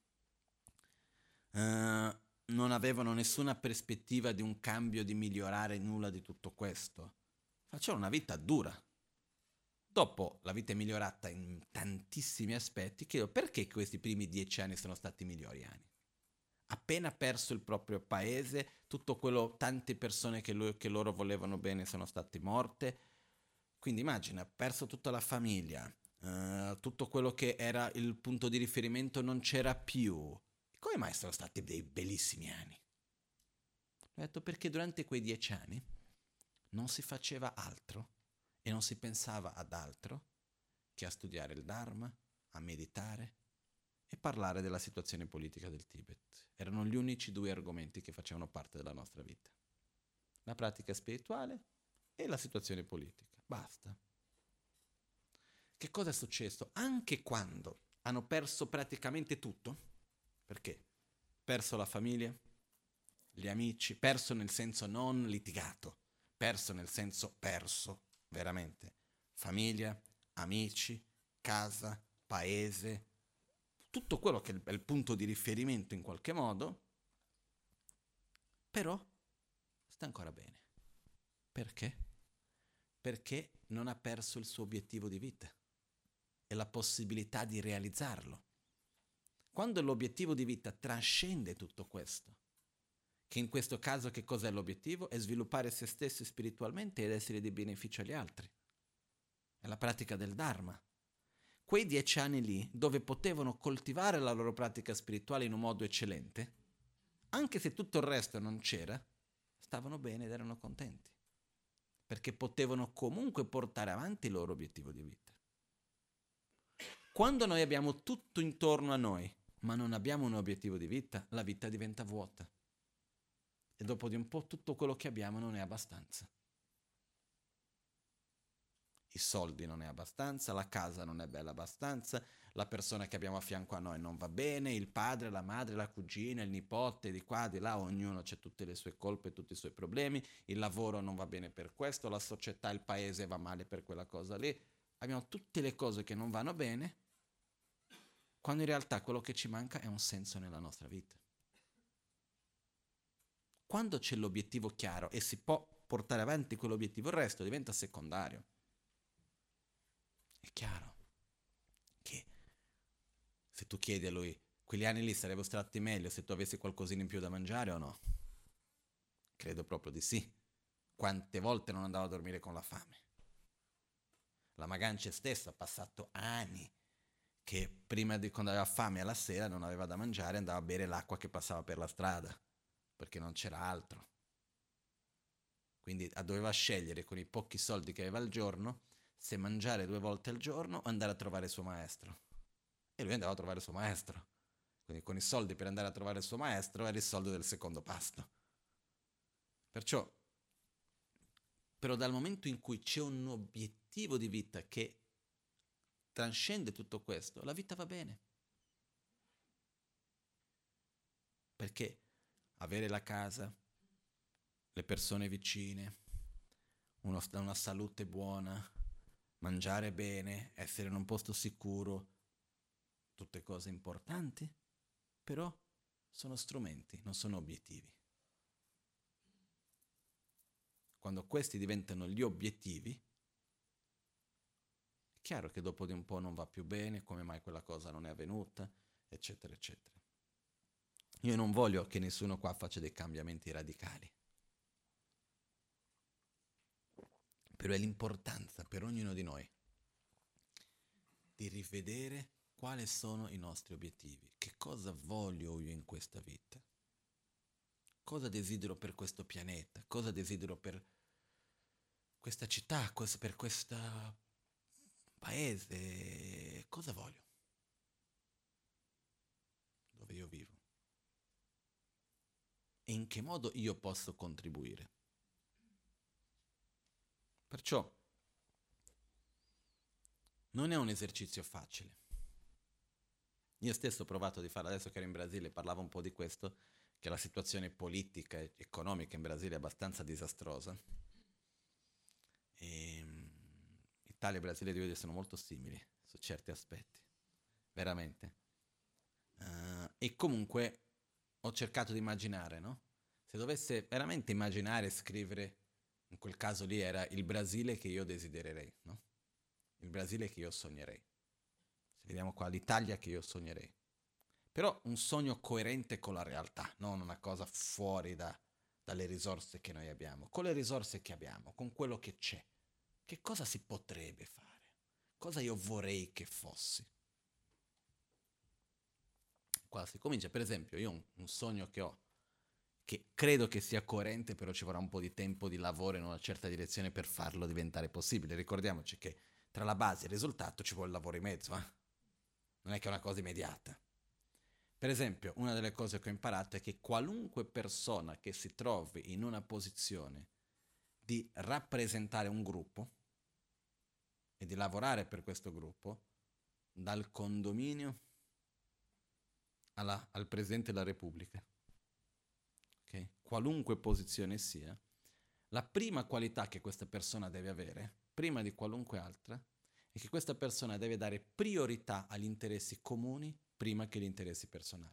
Non avevano nessuna prospettiva di un cambio, di migliorare nulla di tutto questo. Facevano una vita dura. Dopo la vita è migliorata in tantissimi aspetti, chiedo perché questi primi 10 anni sono stati i migliori anni. Appena perso il proprio paese, tutto quello, tante persone che loro volevano bene sono state morte. Quindi immagina, perso tutta la famiglia, tutto quello che era il punto di riferimento non c'era più. Come mai sono stati dei bellissimi anni? Ho detto perché durante quei 10 anni non si faceva altro e non si pensava ad altro che a studiare il Dharma, a meditare e parlare della situazione politica del Tibet. Erano gli unici 2 argomenti che facevano parte della nostra vita. La pratica spirituale e la situazione politica. Basta. Che cosa è successo? Anche quando hanno perso praticamente tutto, perché? Perso la famiglia, gli amici, perso nel senso non litigato, perso nel senso perso, veramente. Famiglia, amici, casa, paese, tutto quello che è il punto di riferimento in qualche modo, però sta ancora bene. Perché? Perché non ha perso il suo obiettivo di vita e la possibilità di realizzarlo. Quando l'obiettivo di vita trascende tutto questo, che in questo caso che cos'è l'obiettivo? È sviluppare se stessi spiritualmente ed essere di beneficio agli altri. È la pratica del Dharma. Quei 10 anni lì, dove potevano coltivare la loro pratica spirituale in un modo eccellente, anche se tutto il resto non c'era, stavano bene ed erano contenti, perché potevano comunque portare avanti il loro obiettivo di vita. Quando noi abbiamo tutto intorno a noi, ma non abbiamo un obiettivo di vita, la vita diventa vuota. E dopo di un po' tutto quello che abbiamo non è abbastanza. I soldi non è abbastanza, la casa non è bella abbastanza, la persona che abbiamo a fianco a noi non va bene, il padre, la madre, la cugina, il nipote, di qua, di là, ognuno ha tutte le sue colpe, tutti i suoi problemi, il lavoro non va bene per questo, la società, il paese va male per quella cosa lì. Abbiamo tutte le cose che non vanno bene, quando in realtà quello che ci manca è un senso nella nostra vita. Quando c'è l'obiettivo chiaro e si può portare avanti quell'obiettivo, il resto diventa secondario. È chiaro che se tu chiedi a lui, quegli anni lì sarebbero stati meglio se tu avessi qualcosina in più da mangiare o no? Credo proprio di sì. Quante volte non andavo a dormire con la fame? La Magancia stessa ha passato anni che prima di quando aveva fame alla sera non aveva da mangiare, andava a bere l'acqua che passava per la strada, perché non c'era altro. Quindi doveva scegliere con i pochi soldi che aveva al giorno se mangiare 2 volte al giorno o andare a trovare il suo maestro. E lui andava a trovare il suo maestro. Quindi con i soldi per andare a trovare il suo maestro era il soldo del secondo pasto. Perciò, però dal momento in cui c'è un obiettivo di vita che trascende tutto questo, la vita va bene. Perché avere la casa, le persone vicine, una salute buona, mangiare bene, essere in un posto sicuro, tutte cose importanti, però sono strumenti, non sono obiettivi. Quando questi diventano gli obiettivi, è chiaro che dopo di un po' non va più bene, come mai quella cosa non è avvenuta, eccetera, eccetera. Io non voglio che nessuno qua faccia dei cambiamenti radicali, però è l'importanza per ognuno di noi di rivedere quali sono i nostri obiettivi, che cosa voglio io in questa vita, cosa desidero per questo pianeta, cosa desidero per questa città, per questo paese, cosa voglio, dove io vivo e in che modo io posso contribuire. Perciò non è un esercizio facile. Io stesso ho provato di farlo, adesso che ero in Brasile parlavo un po' di questo, che la situazione politica e economica in Brasile è abbastanza disastrosa. E Italia e Brasile devo dire sono molto simili su certi aspetti, veramente. E comunque ho cercato di immaginare, no? Se dovesse veramente immaginare e scrivere, in quel caso lì era il Brasile che io desidererei, no? Il Brasile che io sognerei. Se vediamo qua, l'Italia che io sognerei. Però un sogno coerente con la realtà, non una cosa fuori dalle risorse che noi abbiamo. Con le risorse che abbiamo, con quello che c'è. Che cosa si potrebbe fare? Cosa io vorrei che fossi? Qua si comincia, per esempio, io ho un sogno che ho, che credo che sia coerente, però ci vorrà un po' di tempo di lavoro in una certa direzione per farlo diventare possibile. Ricordiamoci che tra la base e il risultato ci vuole il lavoro in mezzo, eh? Non è che è una cosa immediata. Per esempio, una delle cose che ho imparato è che qualunque persona che si trovi in una posizione di rappresentare un gruppo e di lavorare per questo gruppo, dal condominio al Presidente della Repubblica, okay? Qualunque posizione sia, la prima qualità che questa persona deve avere, prima di qualunque altra, è che questa persona deve dare priorità agli interessi comuni prima che agli interessi personali.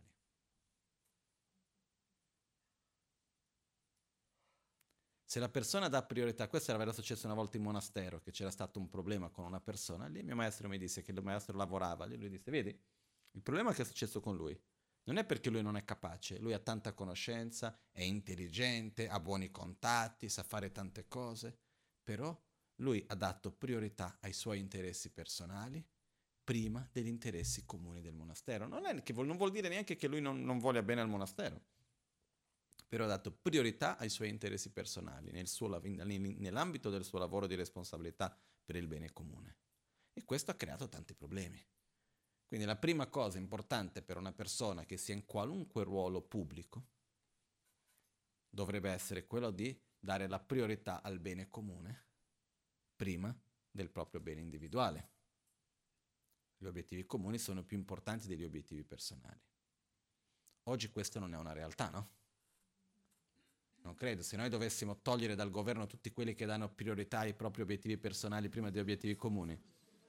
Se la persona dà priorità, questo era successo una volta in monastero, che c'era stato un problema con una persona, lì il mio maestro mi disse che il maestro lavorava, lì lui disse, vedi, il problema che è successo con lui non è perché lui non è capace, lui ha tanta conoscenza, è intelligente, ha buoni contatti, sa fare tante cose, però lui ha dato priorità ai suoi interessi personali prima degli interessi comuni del monastero. Non vuol dire neanche che lui non voglia bene al monastero, però ha dato priorità ai suoi interessi personali nell'ambito del suo lavoro di responsabilità per il bene comune. E questo ha creato tanti problemi. Quindi la prima cosa importante per una persona che sia in qualunque ruolo pubblico dovrebbe essere quello di dare la priorità al bene comune prima del proprio bene individuale. Gli obiettivi comuni sono più importanti degli obiettivi personali. Oggi questo non è una realtà, no? Non credo, se noi dovessimo togliere dal governo tutti quelli che danno priorità ai propri obiettivi personali prima degli obiettivi comuni,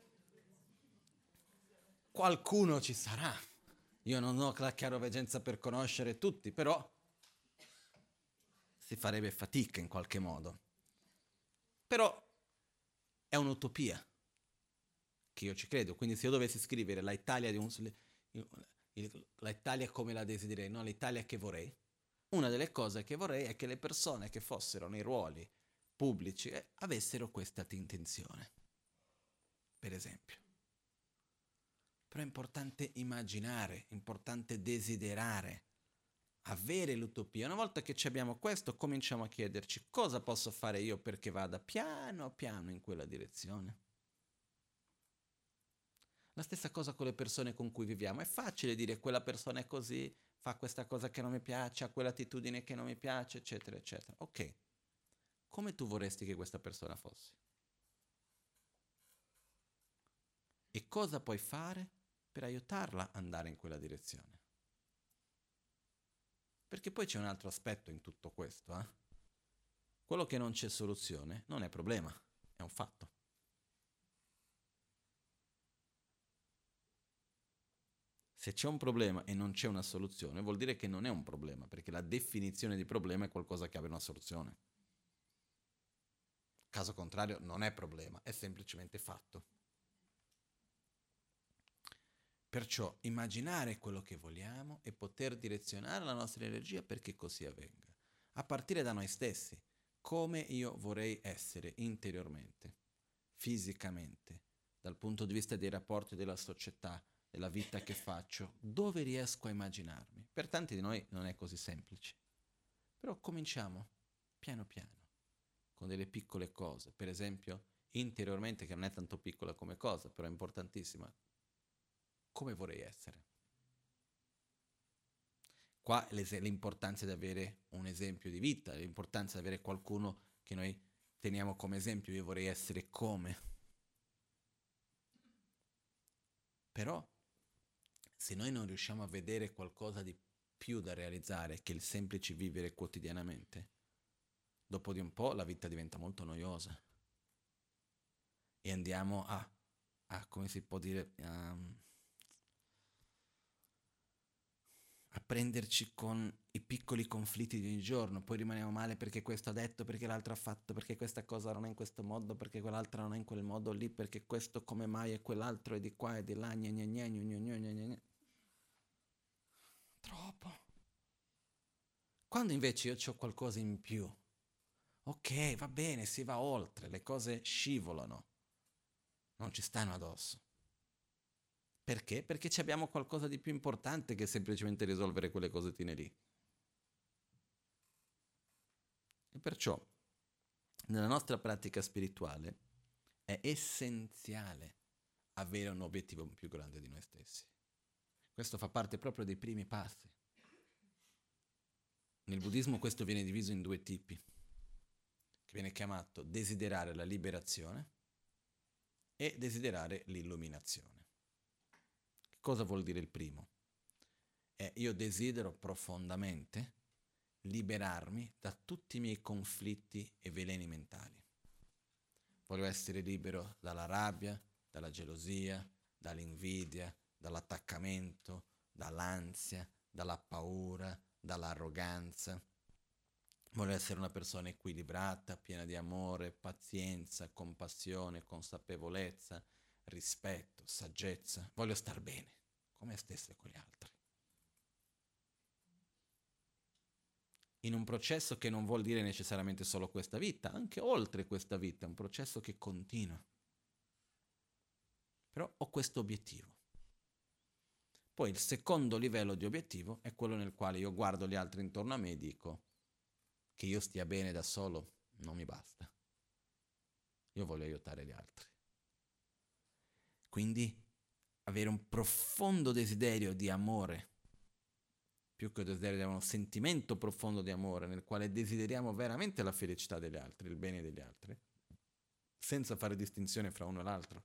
qualcuno ci sarà. Io non ho la chiaroveggenza per conoscere tutti, però si farebbe fatica in qualche modo. Però è un'utopia, che io ci credo. Quindi se io dovessi scrivere l'Italia come la desidererei, no, l'Italia che vorrei, una delle cose che vorrei è che le persone che fossero nei ruoli pubblici avessero questa intenzione, per esempio. Però è importante immaginare, è importante desiderare, avere l'utopia. Una volta che abbiamo questo, cominciamo a chiederci cosa posso fare io perché vada piano piano in quella direzione. La stessa cosa con le persone con cui viviamo. È facile dire quella persona è così, fa questa cosa che non mi piace, ha quell'attitudine che non mi piace, eccetera, eccetera. Ok, come tu vorresti che questa persona fosse? E cosa puoi fare per aiutarla ad andare in quella direzione? Perché poi c'è un altro aspetto in tutto questo. Quello che non c'è soluzione non è problema, è un fatto. Se c'è un problema e non c'è una soluzione, vuol dire che non è un problema, perché la definizione di problema è qualcosa che abbia una soluzione. Caso contrario, non è problema, è semplicemente fatto. Perciò immaginare quello che vogliamo e poter direzionare la nostra energia perché così avvenga. A partire da noi stessi, come io vorrei essere interiormente, fisicamente, dal punto di vista dei rapporti della società, della vita che faccio, dove riesco a immaginarmi. Per tanti di noi non è così semplice, però cominciamo piano piano, con delle piccole cose, per esempio interiormente, che non è tanto piccola come cosa, però è importantissima, come vorrei essere. Qua l'importanza di avere un esempio di vita, l'importanza di avere qualcuno che noi teniamo come esempio, io vorrei essere come. Però se noi non riusciamo a vedere qualcosa di più da realizzare che il semplice vivere quotidianamente, dopo di un po' la vita diventa molto noiosa e andiamo a come si può dire, a prenderci con i piccoli conflitti di ogni giorno, poi rimaniamo male perché questo ha detto, perché l'altro ha fatto, perché questa cosa non è in questo modo, perché quell'altra non è in quel modo lì, perché questo come mai e quell'altro è di qua e di là, gna gna gna gna gna gna gna gna. Troppo. Quando invece io ho qualcosa in più, ok, va bene, si va oltre, le cose scivolano, non ci stanno addosso. Perché? Perché abbiamo qualcosa di più importante che semplicemente risolvere quelle cosettine lì. E perciò, nella nostra pratica spirituale, è essenziale avere un obiettivo più grande di noi stessi. Questo fa parte proprio dei primi passi. Nel buddismo questo viene diviso in due tipi, che viene chiamato desiderare la liberazione e desiderare l'illuminazione. Cosa vuol dire il primo? Io desidero profondamente liberarmi da tutti i miei conflitti e veleni mentali. Voglio essere libero dalla rabbia, dalla gelosia, dall'invidia, dall'attaccamento, dall'ansia, dalla paura, dall'arroganza. Voglio essere una persona equilibrata, piena di amore, pazienza, compassione, consapevolezza, rispetto, saggezza. Voglio star bene con me stesso e con gli altri. In un processo che non vuol dire necessariamente solo questa vita, anche oltre questa vita, è un processo che continua. Però ho questo obiettivo. Poi il secondo livello di obiettivo è quello nel quale io guardo gli altri intorno a me e dico che io stia bene da solo non mi basta. Io voglio aiutare gli altri. Quindi avere un profondo desiderio di amore, più che desiderio di amore, un sentimento profondo di amore nel quale desideriamo veramente la felicità degli altri, il bene degli altri, senza fare distinzione fra uno e l'altro.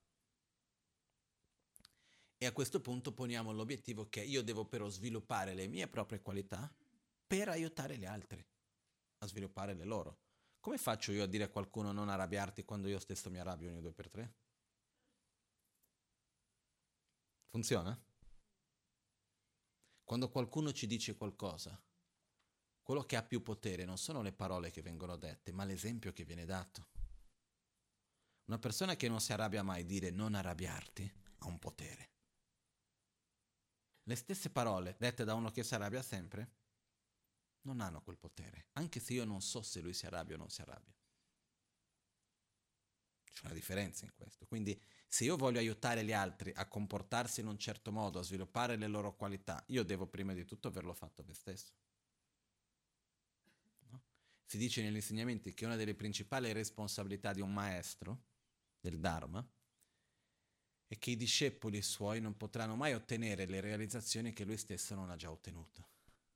E a questo punto poniamo l'obiettivo che io devo però sviluppare le mie proprie qualità per aiutare gli altri a sviluppare le loro. Come faccio io a dire a qualcuno non arrabbiarti quando io stesso mi arrabbio ogni 2x3? Funziona? Quando qualcuno ci dice qualcosa, quello che ha più potere non sono le parole che vengono dette, ma l'esempio che viene dato. Una persona che non si arrabbia mai dire non arrabbiarti ha un potere. Le stesse parole dette da uno che si arrabbia sempre Non hanno quel potere, anche se io non so se lui si arrabbia o non si arrabbia. C'è una differenza in questo. Quindi se io voglio aiutare gli altri a comportarsi in un certo modo, a sviluppare le loro qualità, io devo prima di tutto averlo fatto a me stesso. No? Si dice negli insegnamenti che una delle principali responsabilità di un maestro, del Dharma, è che i discepoli suoi non potranno mai ottenere le realizzazioni che lui stesso non ha già ottenuto.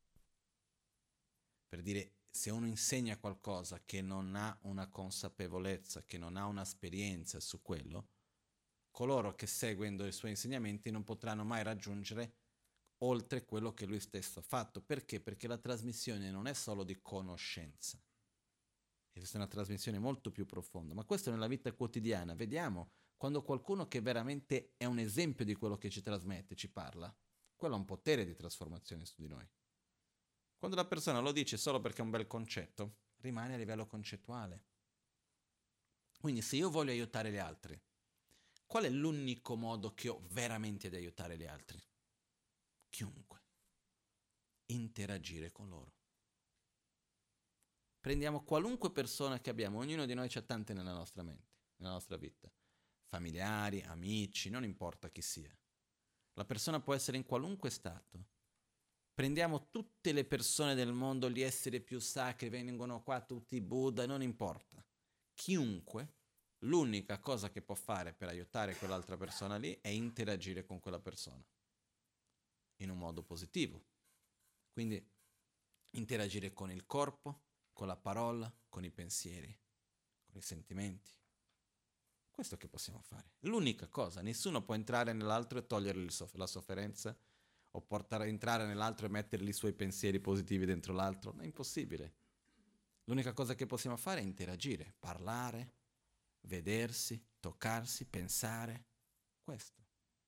Per dire, se uno insegna qualcosa che non ha una consapevolezza, che non ha un'esperienza su quello, coloro che seguendo i suoi insegnamenti non potranno mai raggiungere oltre quello che lui stesso ha fatto. Perché? Perché la trasmissione non è solo di conoscenza, è una trasmissione molto più profonda, ma questo nella vita quotidiana. Vediamo, quando qualcuno che veramente è un esempio di quello che ci trasmette, ci parla, quello ha un potere di trasformazione su di noi. Quando la persona lo dice solo perché è un bel concetto, rimane a livello concettuale. Quindi se io voglio aiutare gli altri, qual è l'unico modo che ho veramente di aiutare gli altri? Chiunque. Interagire con loro. Prendiamo qualunque persona che abbiamo, ognuno di noi c'ha tante nella nostra mente, nella nostra vita. Familiari, amici, non importa chi sia. La persona può essere in qualunque stato. Prendiamo tutte le persone del mondo, gli esseri più sacri, vengono qua tutti i Buddha, non importa. Chiunque, l'unica cosa che può fare per aiutare quell'altra persona lì è interagire con quella persona in un modo positivo. Quindi interagire con il corpo, con la parola, con i pensieri, con i sentimenti. Questo che possiamo fare. L'unica cosa, nessuno può entrare nell'altro e togliergli la sofferenza o entrare nell'altro e mettergli i suoi pensieri positivi dentro l'altro. È impossibile. L'unica cosa che possiamo fare è interagire, parlare, vedersi, toccarsi, pensare. Questo.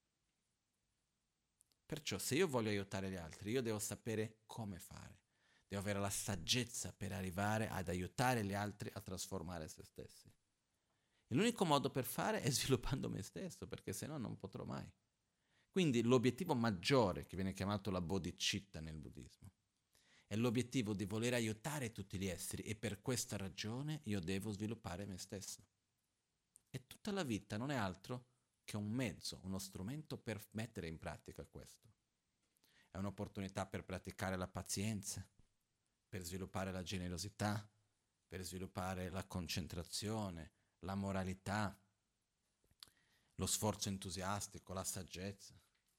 Perciò se io voglio aiutare gli altri, io devo sapere come fare. Devo avere la saggezza per arrivare ad aiutare gli altri a trasformare se stessi. E l'unico modo per fare è sviluppando me stesso, perché se no non potrò mai. Quindi l'obiettivo maggiore, che viene chiamato la bodhicitta nel buddismo, è l'obiettivo di voler aiutare tutti gli esseri e per questa ragione io devo sviluppare me stesso. E tutta la vita non è altro che un mezzo, uno strumento per mettere in pratica questo. È un'opportunità per praticare la pazienza, per sviluppare la generosità, per sviluppare la concentrazione, la moralità, lo sforzo entusiastico, la saggezza.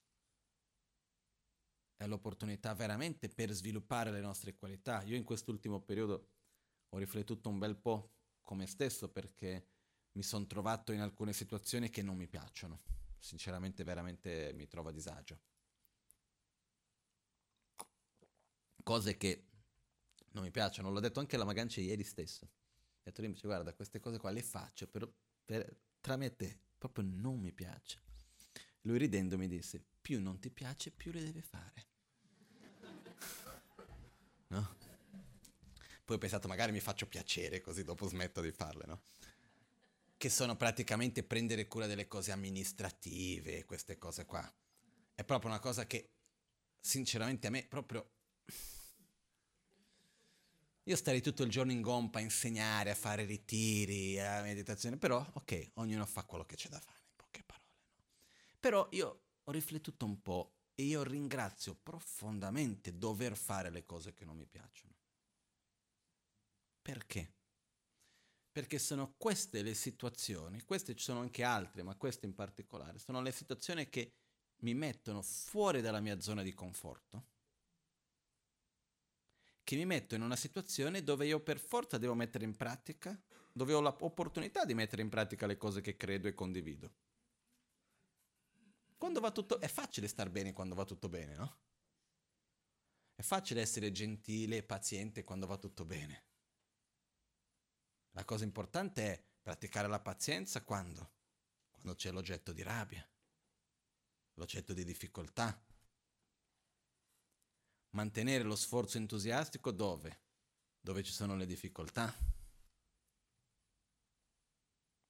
È l'opportunità veramente per sviluppare le nostre qualità. Io in quest'ultimo periodo ho riflettuto un bel po' con me stesso perché mi sono trovato in alcune situazioni che non mi piacciono. Sinceramente, veramente mi trovo a disagio. Cose che non mi piacciono, l'ho detto anche alla Magancia ieri stesso. Ho detto, invece, guarda, queste cose qua le faccio, però tra me e te proprio non mi piace. Lui ridendo mi disse, più non ti piace, più le deve fare. No? Poi ho pensato, magari mi faccio piacere, così dopo smetto di farle, no? Che sono praticamente prendere cura delle cose amministrative, queste cose qua. È proprio una cosa che, sinceramente, a me proprio... Io starei tutto il giorno in gompa a insegnare, a fare ritiri, a meditazione, però, ok, ognuno fa quello che c'è da fare, in poche parole, no? Però io ho riflettuto un po' e io ringrazio profondamente dover fare le cose che non mi piacciono. Perché? Perché sono queste le situazioni, queste ci sono anche altre, ma queste in particolare, sono le situazioni che mi mettono fuori dalla mia zona di conforto, che mi metto in una situazione dove io per forza devo mettere in pratica, dove ho l'opportunità di mettere in pratica le cose che credo e condivido. Quando va tutto... È facile star bene quando va tutto bene, no? È facile essere gentile e paziente quando va tutto bene. La cosa importante è praticare la pazienza quando? Quando c'è l'oggetto di rabbia, l'oggetto di difficoltà. Mantenere lo sforzo entusiastico dove? Dove ci sono le difficoltà.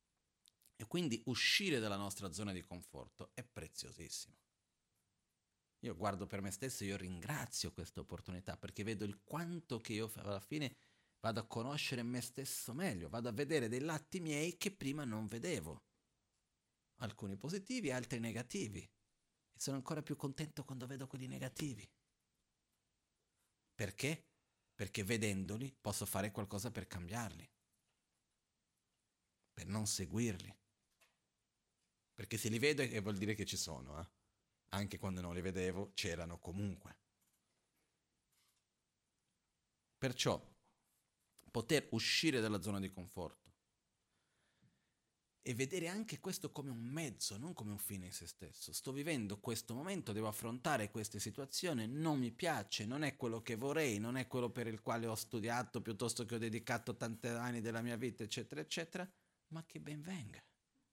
E quindi uscire dalla nostra zona di conforto è preziosissimo. Io guardo per me stesso e io ringrazio questa opportunità perché vedo il quanto che io alla fine vado a conoscere me stesso meglio, vado a vedere dei lati miei che prima non vedevo, alcuni positivi, altri negativi. E sono ancora più contento quando vedo quelli negativi. Perché? Perché vedendoli posso fare qualcosa per cambiarli, per non seguirli. Perché se li vedo vuol dire che ci sono, eh? Anche quando non li vedevo, c'erano comunque. Perciò poter uscire dalla zona di conforto e vedere anche questo come un mezzo, non come un fine in se stesso. Sto vivendo questo momento, devo affrontare queste situazioni, non mi piace, non è quello che vorrei, non è quello per il quale ho studiato, piuttosto che ho dedicato tanti anni della mia vita, eccetera, eccetera, ma che ben venga.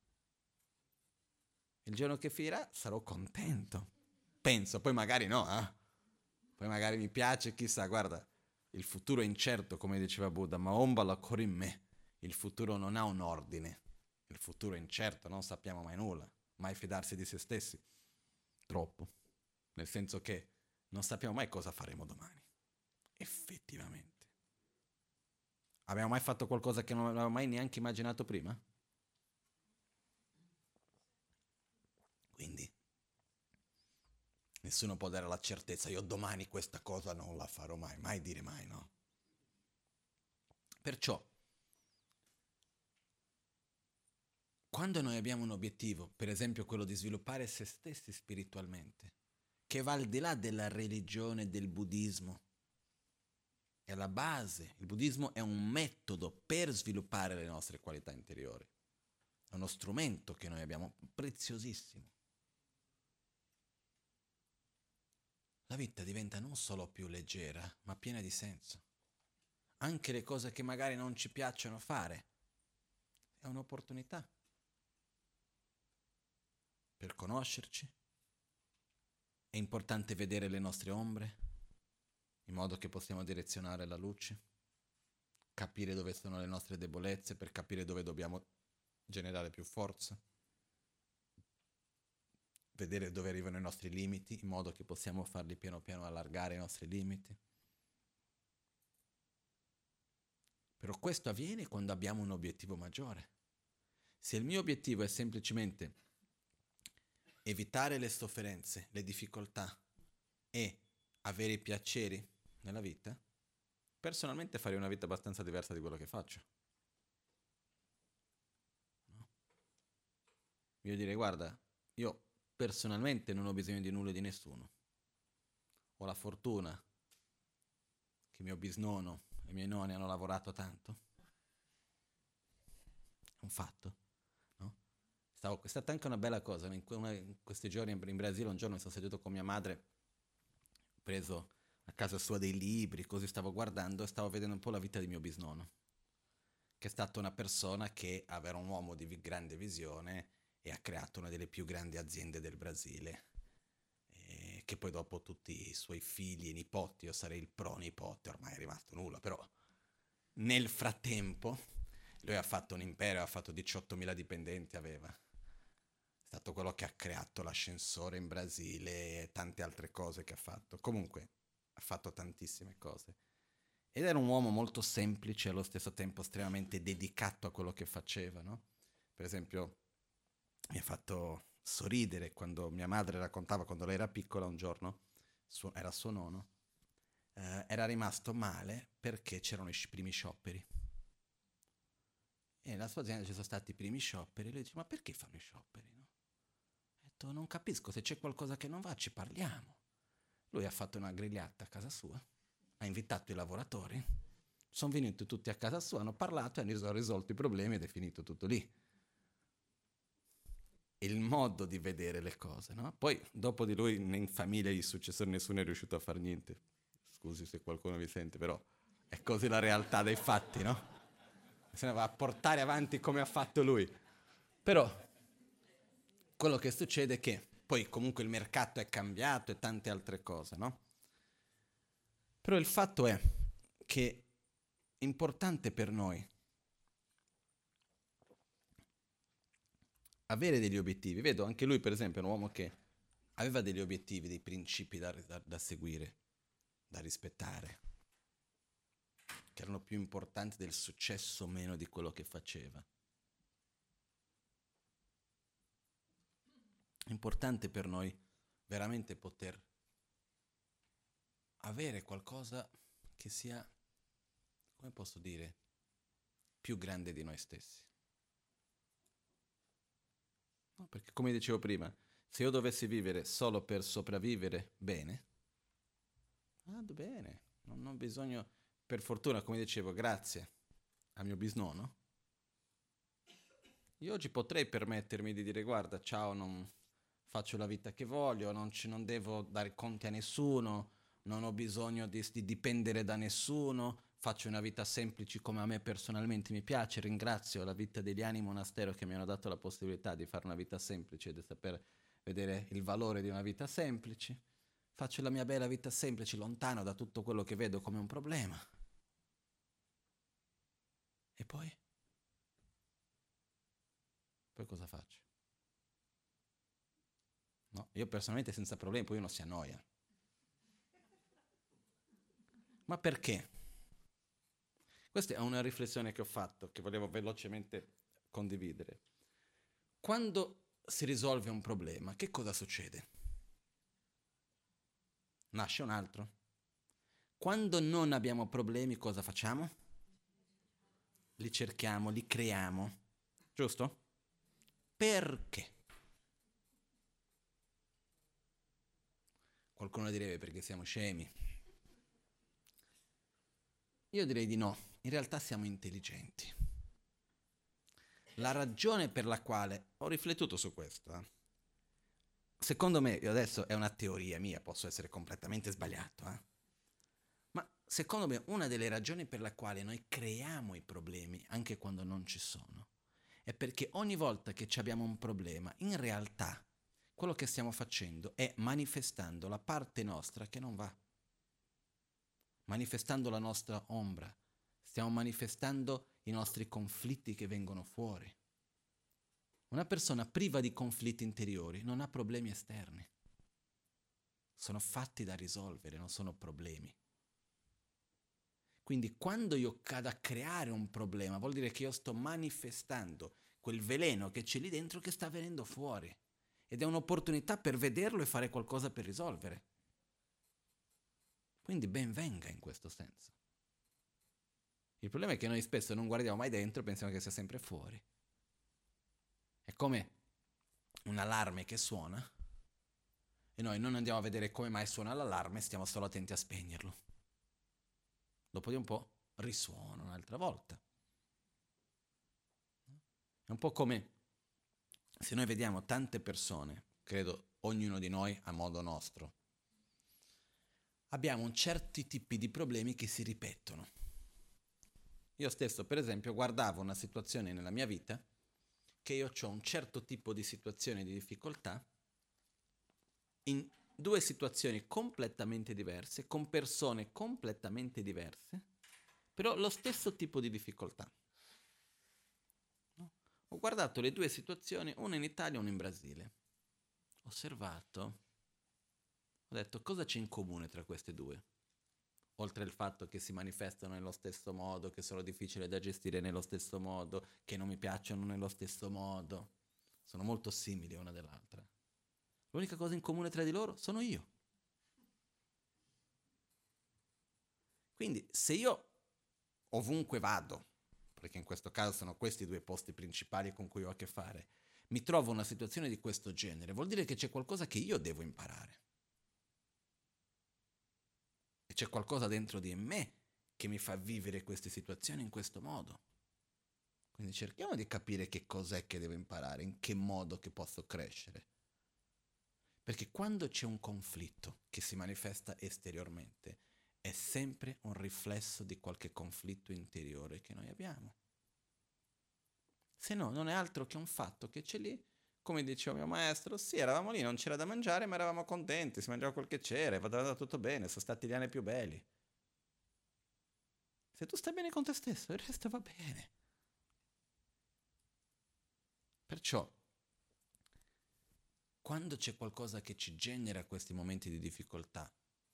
Il giorno che finirà sarò contento. Penso, poi magari no, eh? Poi magari mi piace, chissà, guarda, il futuro è incerto, come diceva Buddha, ma ombalo ancora in me. Il futuro non ha un ordine, il futuro è incerto, non sappiamo mai nulla, mai fidarsi di se stessi. Troppo. Nel senso che non sappiamo mai cosa faremo domani. Effettivamente. Abbiamo mai fatto qualcosa che non avevamo mai neanche immaginato prima? Quindi nessuno può dare la certezza, io domani questa cosa non la farò mai, mai dire mai, no? Perciò, quando noi abbiamo un obiettivo, per esempio quello di sviluppare se stessi spiritualmente, che va al di là della religione, del buddismo, è la base, il buddismo è un metodo per sviluppare le nostre qualità interiori, è uno strumento che noi abbiamo preziosissimo. La vita diventa non solo più leggera, ma piena di senso. Anche le cose che magari non ci piacciono fare, è un'opportunità per conoscerci. È importante vedere le nostre ombre, in modo che possiamo direzionare la luce, capire dove sono le nostre debolezze per capire dove dobbiamo generare più forza, vedere dove arrivano i nostri limiti, in modo che possiamo farli piano piano allargare i nostri limiti. Però questo avviene quando abbiamo un obiettivo maggiore. Se il mio obiettivo è semplicemente evitare le sofferenze, le difficoltà e avere i piaceri nella vita, personalmente farei una vita abbastanza diversa di quello che faccio. No? Io direi, guarda, io personalmente non ho bisogno di nulla e di nessuno. Ho la fortuna che mio bisnonno e i miei nonni hanno lavorato tanto. È un fatto. No? È stata anche una bella cosa. In questi giorni in Brasile, un giorno mi sono seduto con mia madre, ho preso a casa sua dei libri, così stavo guardando e stavo vedendo un po' la vita di mio bisnonno, che è stata una persona che era un uomo di grande visione e ha creato una delle più grandi aziende del Brasile, che poi dopo tutti i suoi figli e nipoti, io sarei il pronipote, ormai è rimasto nulla, però nel frattempo lui ha fatto un impero, ha fatto 18.000 dipendenti, aveva. È stato quello che ha creato l'ascensore in Brasile e tante altre cose che ha fatto. Comunque, ha fatto tantissime cose. Ed era un uomo molto semplice e allo stesso tempo estremamente dedicato a quello che faceva, no? Per esempio, mi ha fatto sorridere quando mia madre raccontava quando lei era piccola un giorno, era suo nonno, era rimasto male perché c'erano i primi scioperi. E nella sua azienda ci sono stati i primi scioperi e lui dice, ma perché fanno i scioperi? No? Ha detto, non capisco, se c'è qualcosa che non va ci parliamo. Lui ha fatto una grigliata a casa sua, ha invitato i lavoratori, sono venuti tutti a casa sua, hanno parlato e hanno risolto i problemi ed è finito tutto lì. Il modo di vedere le cose, no? Poi dopo di lui in famiglia i successori nessuno è riuscito a fare niente. Scusi se qualcuno mi sente, però è così la realtà dei fatti, no? Se ne va a portare avanti come ha fatto lui. Però quello che succede è che poi comunque il mercato è cambiato e tante altre cose, no? Però il fatto è che è importante per noi avere degli obiettivi. Vedo anche lui, per esempio, è un uomo che aveva degli obiettivi, dei principi da seguire, da rispettare, che erano più importanti del successo o meno di quello che faceva. È importante per noi veramente poter avere qualcosa che sia, come posso dire, più grande di noi stessi. No, perché come dicevo prima, se io dovessi vivere solo per sopravvivere, bene, vado bene, non ho bisogno, per fortuna, come dicevo, grazie al mio bisnonno, io oggi potrei permettermi di dire, guarda, ciao, non faccio la vita che voglio, non devo dare conti a nessuno, non ho bisogno di dipendere da nessuno, faccio una vita semplice come a me personalmente mi piace, ringrazio la vita degli Ani Monastero che mi hanno dato la possibilità di fare una vita semplice e di saper vedere il valore di una vita semplice, faccio la mia bella vita semplice, lontano da tutto quello che vedo come un problema. E poi? Poi cosa faccio? No, io personalmente senza problemi, poi uno si annoia. Ma perché? Questa è una riflessione che ho fatto, che volevo velocemente condividere. Quando si risolve un problema, che cosa succede? Nasce un altro. Quando non abbiamo problemi, cosa facciamo? Li cerchiamo, li creiamo. Giusto? Perché? Qualcuno direbbe perché siamo scemi. Io direi di no, in realtà siamo intelligenti. La ragione per la quale ho riflettuto su questo, secondo me, io adesso è una teoria mia, posso essere completamente sbagliato, ma secondo me una delle ragioni per la quale noi creiamo i problemi, anche quando non ci sono, è perché ogni volta che abbiamo un problema, in realtà quello che stiamo facendo è manifestando la parte nostra che non va, manifestando la nostra ombra, stiamo manifestando i nostri conflitti che vengono fuori. Una persona priva di conflitti interiori non ha problemi esterni. Sono fatti da risolvere, non sono problemi. Quindi quando io cado a creare un problema, vuol dire che io sto manifestando quel veleno che c'è lì dentro che sta venendo fuori. Ed è un'opportunità per vederlo e fare qualcosa per risolvere. Quindi ben venga in questo senso. Il problema è che noi spesso non guardiamo mai dentro e pensiamo che sia sempre fuori. È come un allarme che suona e noi non andiamo a vedere come mai suona l'allarme, stiamo solo attenti a spegnerlo. Dopo di un po' risuona un'altra volta. È un po' come se noi vediamo tante persone, credo ognuno di noi a modo nostro, abbiamo certi tipi di problemi che si ripetono. Io stesso, per esempio, guardavo una situazione nella mia vita che io ho un certo tipo di situazione di difficoltà in due situazioni completamente diverse, con persone completamente diverse, però lo stesso tipo di difficoltà. No? Ho guardato le due situazioni, una in Italia e una in Brasile. Ho osservato, ho detto cosa c'è in comune tra queste due? Oltre al fatto che si manifestano nello stesso modo, che sono difficili da gestire nello stesso modo, che non mi piacciono nello stesso modo. Sono molto simili una dell'altra. L'unica cosa in comune tra di loro sono io. Quindi se io ovunque vado, perché in questo caso sono questi due posti principali con cui ho a che fare, mi trovo in una situazione di questo genere, vuol dire che c'è qualcosa che io devo imparare. E c'è qualcosa dentro di me che mi fa vivere queste situazioni in questo modo. Quindi cerchiamo di capire che cos'è che devo imparare, in che modo che posso crescere. Perché quando c'è un conflitto che si manifesta esteriormente, è sempre un riflesso di qualche conflitto interiore che noi abbiamo. Se no, non è altro che un fatto che c'è lì, come diceva mio maestro, sì, eravamo lì, non c'era da mangiare, ma eravamo contenti, si mangiava quel che c'era, va andando tutto bene, sono stati gli anni più belli. Se tu stai bene con te stesso, il resto va bene. Perciò, quando c'è qualcosa che ci genera questi momenti di difficoltà,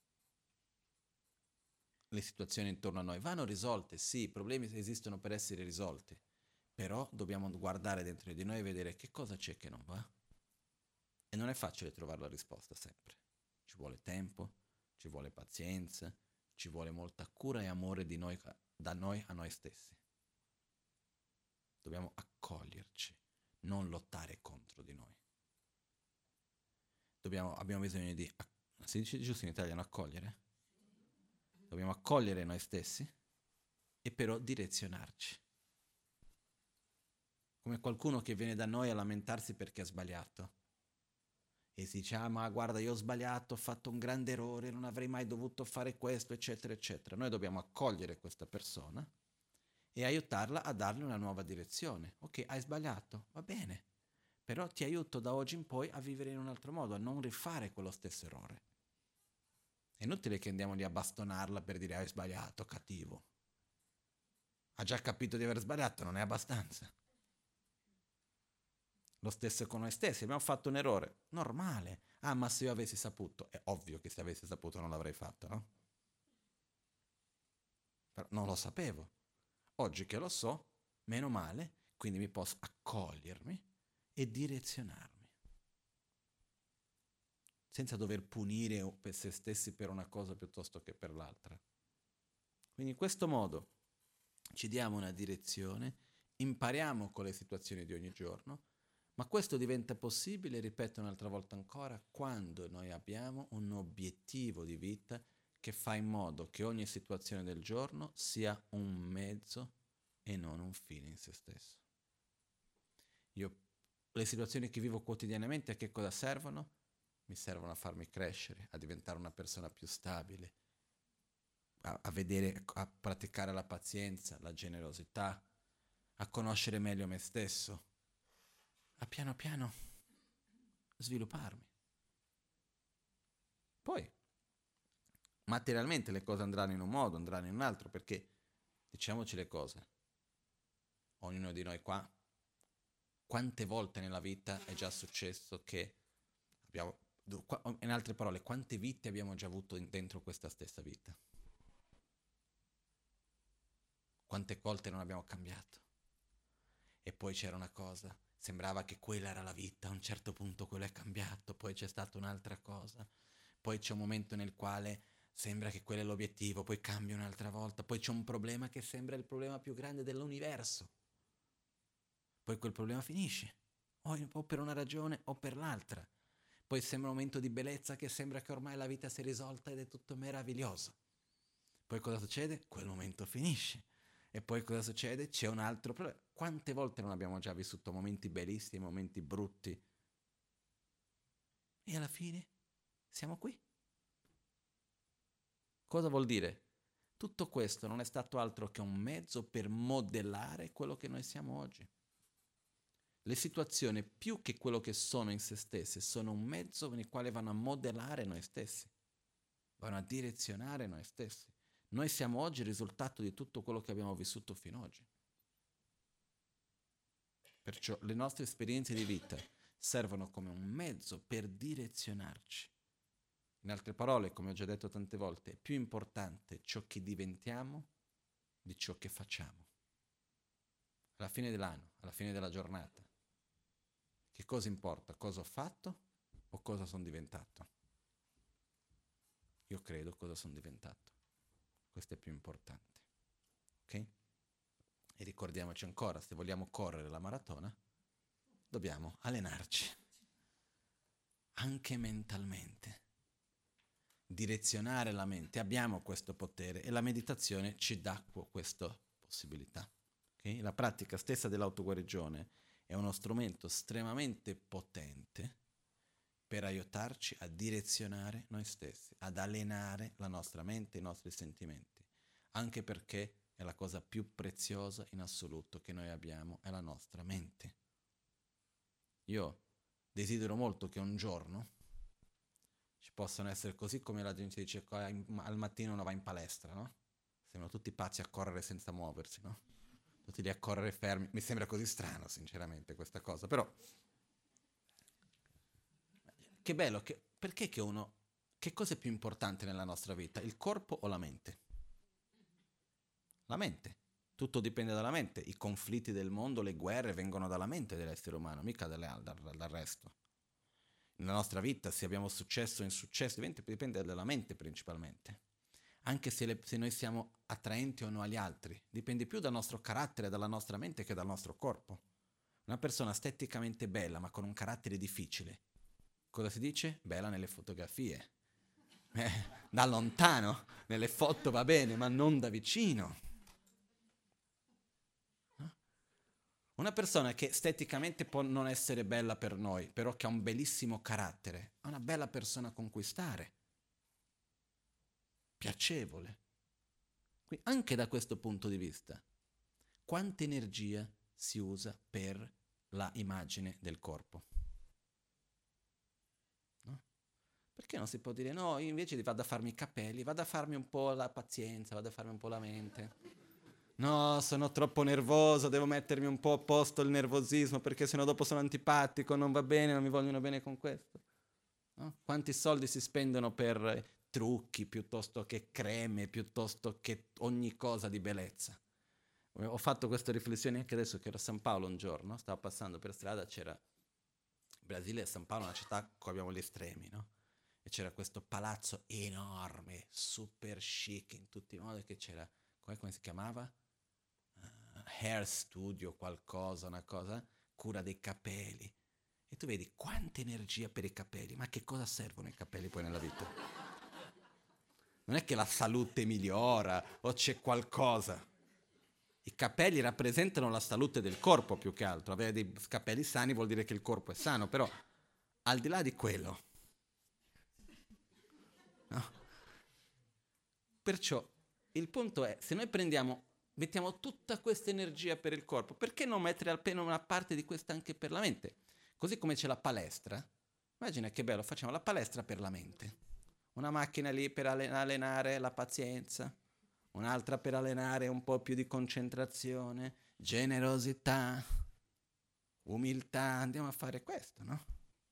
le situazioni intorno a noi vanno risolte, sì, i problemi esistono per essere risolti, però dobbiamo guardare dentro di noi e vedere che cosa c'è che non va. E non è facile trovare la risposta sempre. Ci vuole tempo, ci vuole pazienza, ci vuole molta cura e amore di noi, da noi a noi stessi. Dobbiamo accoglierci, non lottare contro di noi. Abbiamo bisogno di, si dice giusto in italiano, accogliere? Dobbiamo accogliere noi stessi e però direzionarci. Come qualcuno che viene da noi a lamentarsi perché ha sbagliato. E si dice, ma guarda, io ho sbagliato, ho fatto un grande errore, non avrei mai dovuto fare questo, eccetera, eccetera. Noi dobbiamo accogliere questa persona e aiutarla a dargli una nuova direzione. Ok, hai sbagliato, va bene, però ti aiuto da oggi in poi a vivere in un altro modo, a non rifare quello stesso errore. È inutile che andiamo lì a bastonarla per dire hai sbagliato, cattivo. Ha già capito di aver sbagliato, non è abbastanza. Lo stesso con noi stessi, abbiamo fatto un errore, normale. Ah, ma se io avessi saputo, è ovvio che se avessi saputo non l'avrei fatto, no? Però non lo sapevo. Oggi che lo so, meno male, quindi mi posso accogliermi e direzionarmi. Senza dover punire per se stessi per una cosa piuttosto che per l'altra. Quindi in questo modo ci diamo una direzione, impariamo con le situazioni di ogni giorno, ma questo diventa possibile, ripeto un'altra volta ancora, quando noi abbiamo un obiettivo di vita che fa in modo che ogni situazione del giorno sia un mezzo e non un fine in se stesso. Le situazioni che vivo quotidianamente a che cosa servono? Mi servono a farmi crescere, a diventare una persona più stabile, a vedere, a praticare la pazienza, la generosità, a conoscere meglio me stesso, a piano piano svilupparmi. Poi, materialmente le cose andranno in un modo, andranno in un altro, perché, diciamoci le cose, ognuno di noi qua, quante volte nella vita è già successo che abbiamo, in altre parole, quante vite abbiamo già avuto dentro questa stessa vita? Quante volte non abbiamo cambiato? E poi c'era una cosa, sembrava che quella era la vita, a un certo punto quello è cambiato, poi c'è stata un'altra cosa, poi c'è un momento nel quale sembra che quello è l'obiettivo, poi cambia un'altra volta, poi c'è un problema che sembra il problema più grande dell'universo, poi quel problema finisce, o per una ragione o per l'altra, poi sembra un momento di bellezza che sembra che ormai la vita si è risolta ed è tutto meraviglioso, poi cosa succede? Quel momento finisce. E poi cosa succede? C'è un altro problema. Quante volte non abbiamo già vissuto momenti bellissimi, momenti brutti? E alla fine siamo qui. Cosa vuol dire? Tutto questo non è stato altro che un mezzo per modellare quello che noi siamo oggi. Le situazioni, più che quello che sono in se stesse, sono un mezzo con il quale vanno a modellare noi stessi, vanno a direzionare noi stessi. Noi siamo oggi il risultato di tutto quello che abbiamo vissuto fino ad oggi. Perciò le nostre esperienze di vita servono come un mezzo per direzionarci. In altre parole, come ho già detto tante volte, è più importante ciò che diventiamo di ciò che facciamo. Alla fine dell'anno, alla fine della giornata, che cosa importa? Cosa ho fatto o cosa sono diventato? Io credo cosa sono diventato. Questo è più importante. Ok? E ricordiamoci ancora, se vogliamo correre la maratona, dobbiamo allenarci, anche mentalmente. Direzionare la mente, abbiamo questo potere e la meditazione ci dà questa possibilità. Okay? La pratica stessa dell'autoguarigione è uno strumento estremamente potente per aiutarci a direzionare noi stessi, ad allenare la nostra mente, i nostri sentimenti, anche perché è la cosa più preziosa in assoluto che noi abbiamo, è la nostra mente. Io desidero molto che un giorno ci possano essere così come la gente dice al mattino uno va in palestra, no? Sembrano tutti pazzi a correre senza muoversi, no? Tutti lì a correre fermi. Mi sembra così strano, sinceramente, questa cosa, però che bello, perché che uno... Che cosa è più importante nella nostra vita, il corpo o la mente? La mente. Tutto dipende dalla mente. I conflitti del mondo, le guerre vengono dalla mente dell'essere umano, mica dal resto. Nella nostra vita, se abbiamo successo o insuccesso, dipende dalla mente principalmente. Anche se noi siamo attraenti o no agli altri, dipende più dal nostro carattere, dalla nostra mente che dal nostro corpo. Una persona esteticamente bella ma con un carattere difficile, cosa si dice? Bella nelle fotografie. Da lontano, nelle foto va bene, ma non da vicino. Una persona che esteticamente può non essere bella per noi, però che ha un bellissimo carattere, è una bella persona a conquistare, piacevole. Quindi anche da questo punto di vista, quanta energia si usa per la immagine del corpo? No? Perché non si può dire no, io invece vado a farmi i capelli, vado a farmi un po' la pazienza, vado a farmi un po' la mente. No, sono troppo nervoso, devo mettermi un po' a posto il nervosismo perché sennò dopo sono antipatico, non va bene, non mi vogliono bene con questo. No? Quanti soldi si spendono per trucchi piuttosto che creme, piuttosto che ogni cosa di bellezza. Ho fatto queste riflessioni anche adesso che ero a San Paolo un giorno, stavo passando per strada, c'era il Brasile e San Paolo, una città qua abbiamo gli estremi, no? E c'era questo palazzo enorme, super chic in tutti i modi, che c'era, come si chiamava? Hair studio, qualcosa, una cosa, cura dei capelli. E tu vedi quanta energia per i capelli, ma che cosa servono i capelli poi nella vita? Non è che la salute migliora o c'è qualcosa. I capelli rappresentano la salute del corpo più che altro. Avere dei capelli sani vuol dire che il corpo è sano, però al di là di quello, no? Perciò il punto è, se noi mettiamo tutta questa energia per il corpo, perché non mettere almeno una parte di questa anche per la mente? Così come c'è la palestra, immagina che bello, facciamo la palestra per la mente. Una macchina lì per allenare la pazienza, un'altra per allenare un po' più di concentrazione, generosità, umiltà, andiamo a fare questo, no?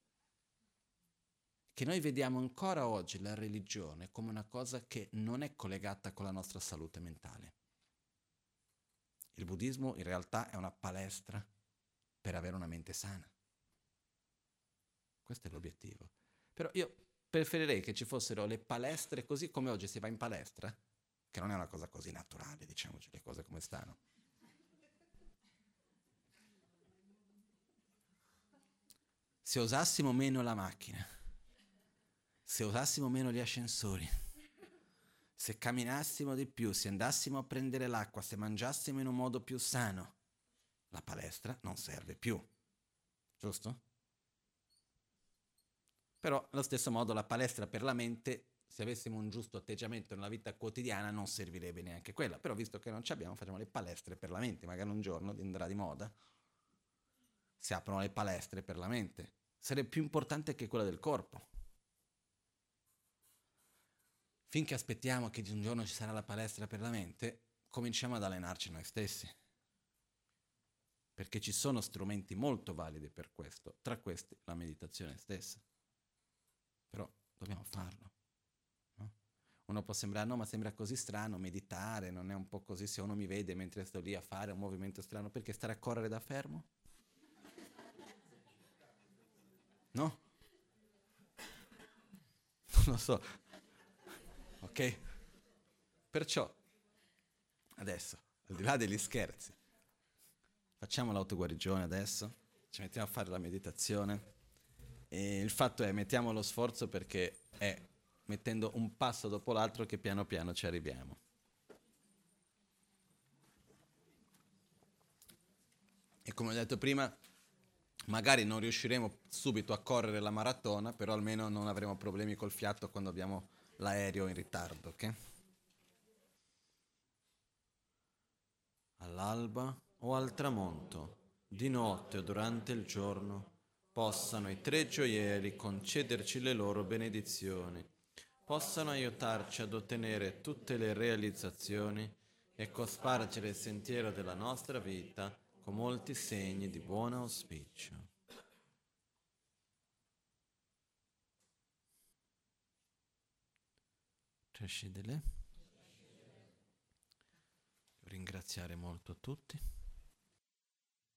Che noi vediamo ancora oggi la religione come una cosa che non è collegata con la nostra salute mentale. Il buddismo in realtà è una palestra per avere una mente sana. Questo è l'obiettivo. Però io preferirei che ci fossero le palestre così come oggi si va in palestra, che non è una cosa così naturale, diciamoci le cose come stanno. Se usassimo meno la macchina, se usassimo meno gli ascensori, se camminassimo di più, se andassimo a prendere l'acqua, se mangiassimo in un modo più sano, la palestra non serve più, giusto? Però allo stesso modo la palestra per la mente, se avessimo un giusto atteggiamento nella vita quotidiana, non servirebbe neanche quella. Però visto che non ci abbiamo, facciamo le palestre per la mente. Magari un giorno andrà di moda, si aprono le palestre per la mente. Sarebbe più importante che quella del corpo. Finché aspettiamo che un giorno ci sarà la palestra per la mente, cominciamo ad allenarci noi stessi. Perché ci sono strumenti molto validi per questo, tra questi la meditazione stessa. Però dobbiamo farlo. No? Uno può sembrare, no, ma sembra così strano meditare, non è un po' così se uno mi vede mentre sto lì a fare un movimento strano, perché stare a correre da fermo? No? Non lo so. Ok? Perciò, adesso, al di là degli scherzi, facciamo l'autoguarigione adesso, ci mettiamo a fare la meditazione e il fatto è, mettiamo lo sforzo perché è mettendo un passo dopo l'altro che piano piano ci arriviamo. E come ho detto prima, magari non riusciremo subito a correre la maratona, però almeno non avremo problemi col fiato quando abbiamo l'aereo in ritardo, ok? All'alba o al tramonto, di notte o durante il giorno, possano i tre gioielli concederci le loro benedizioni, possano aiutarci ad ottenere tutte le realizzazioni e cospargere il sentiero della nostra vita con molti segni di buon auspicio. Ringraziare molto tutti.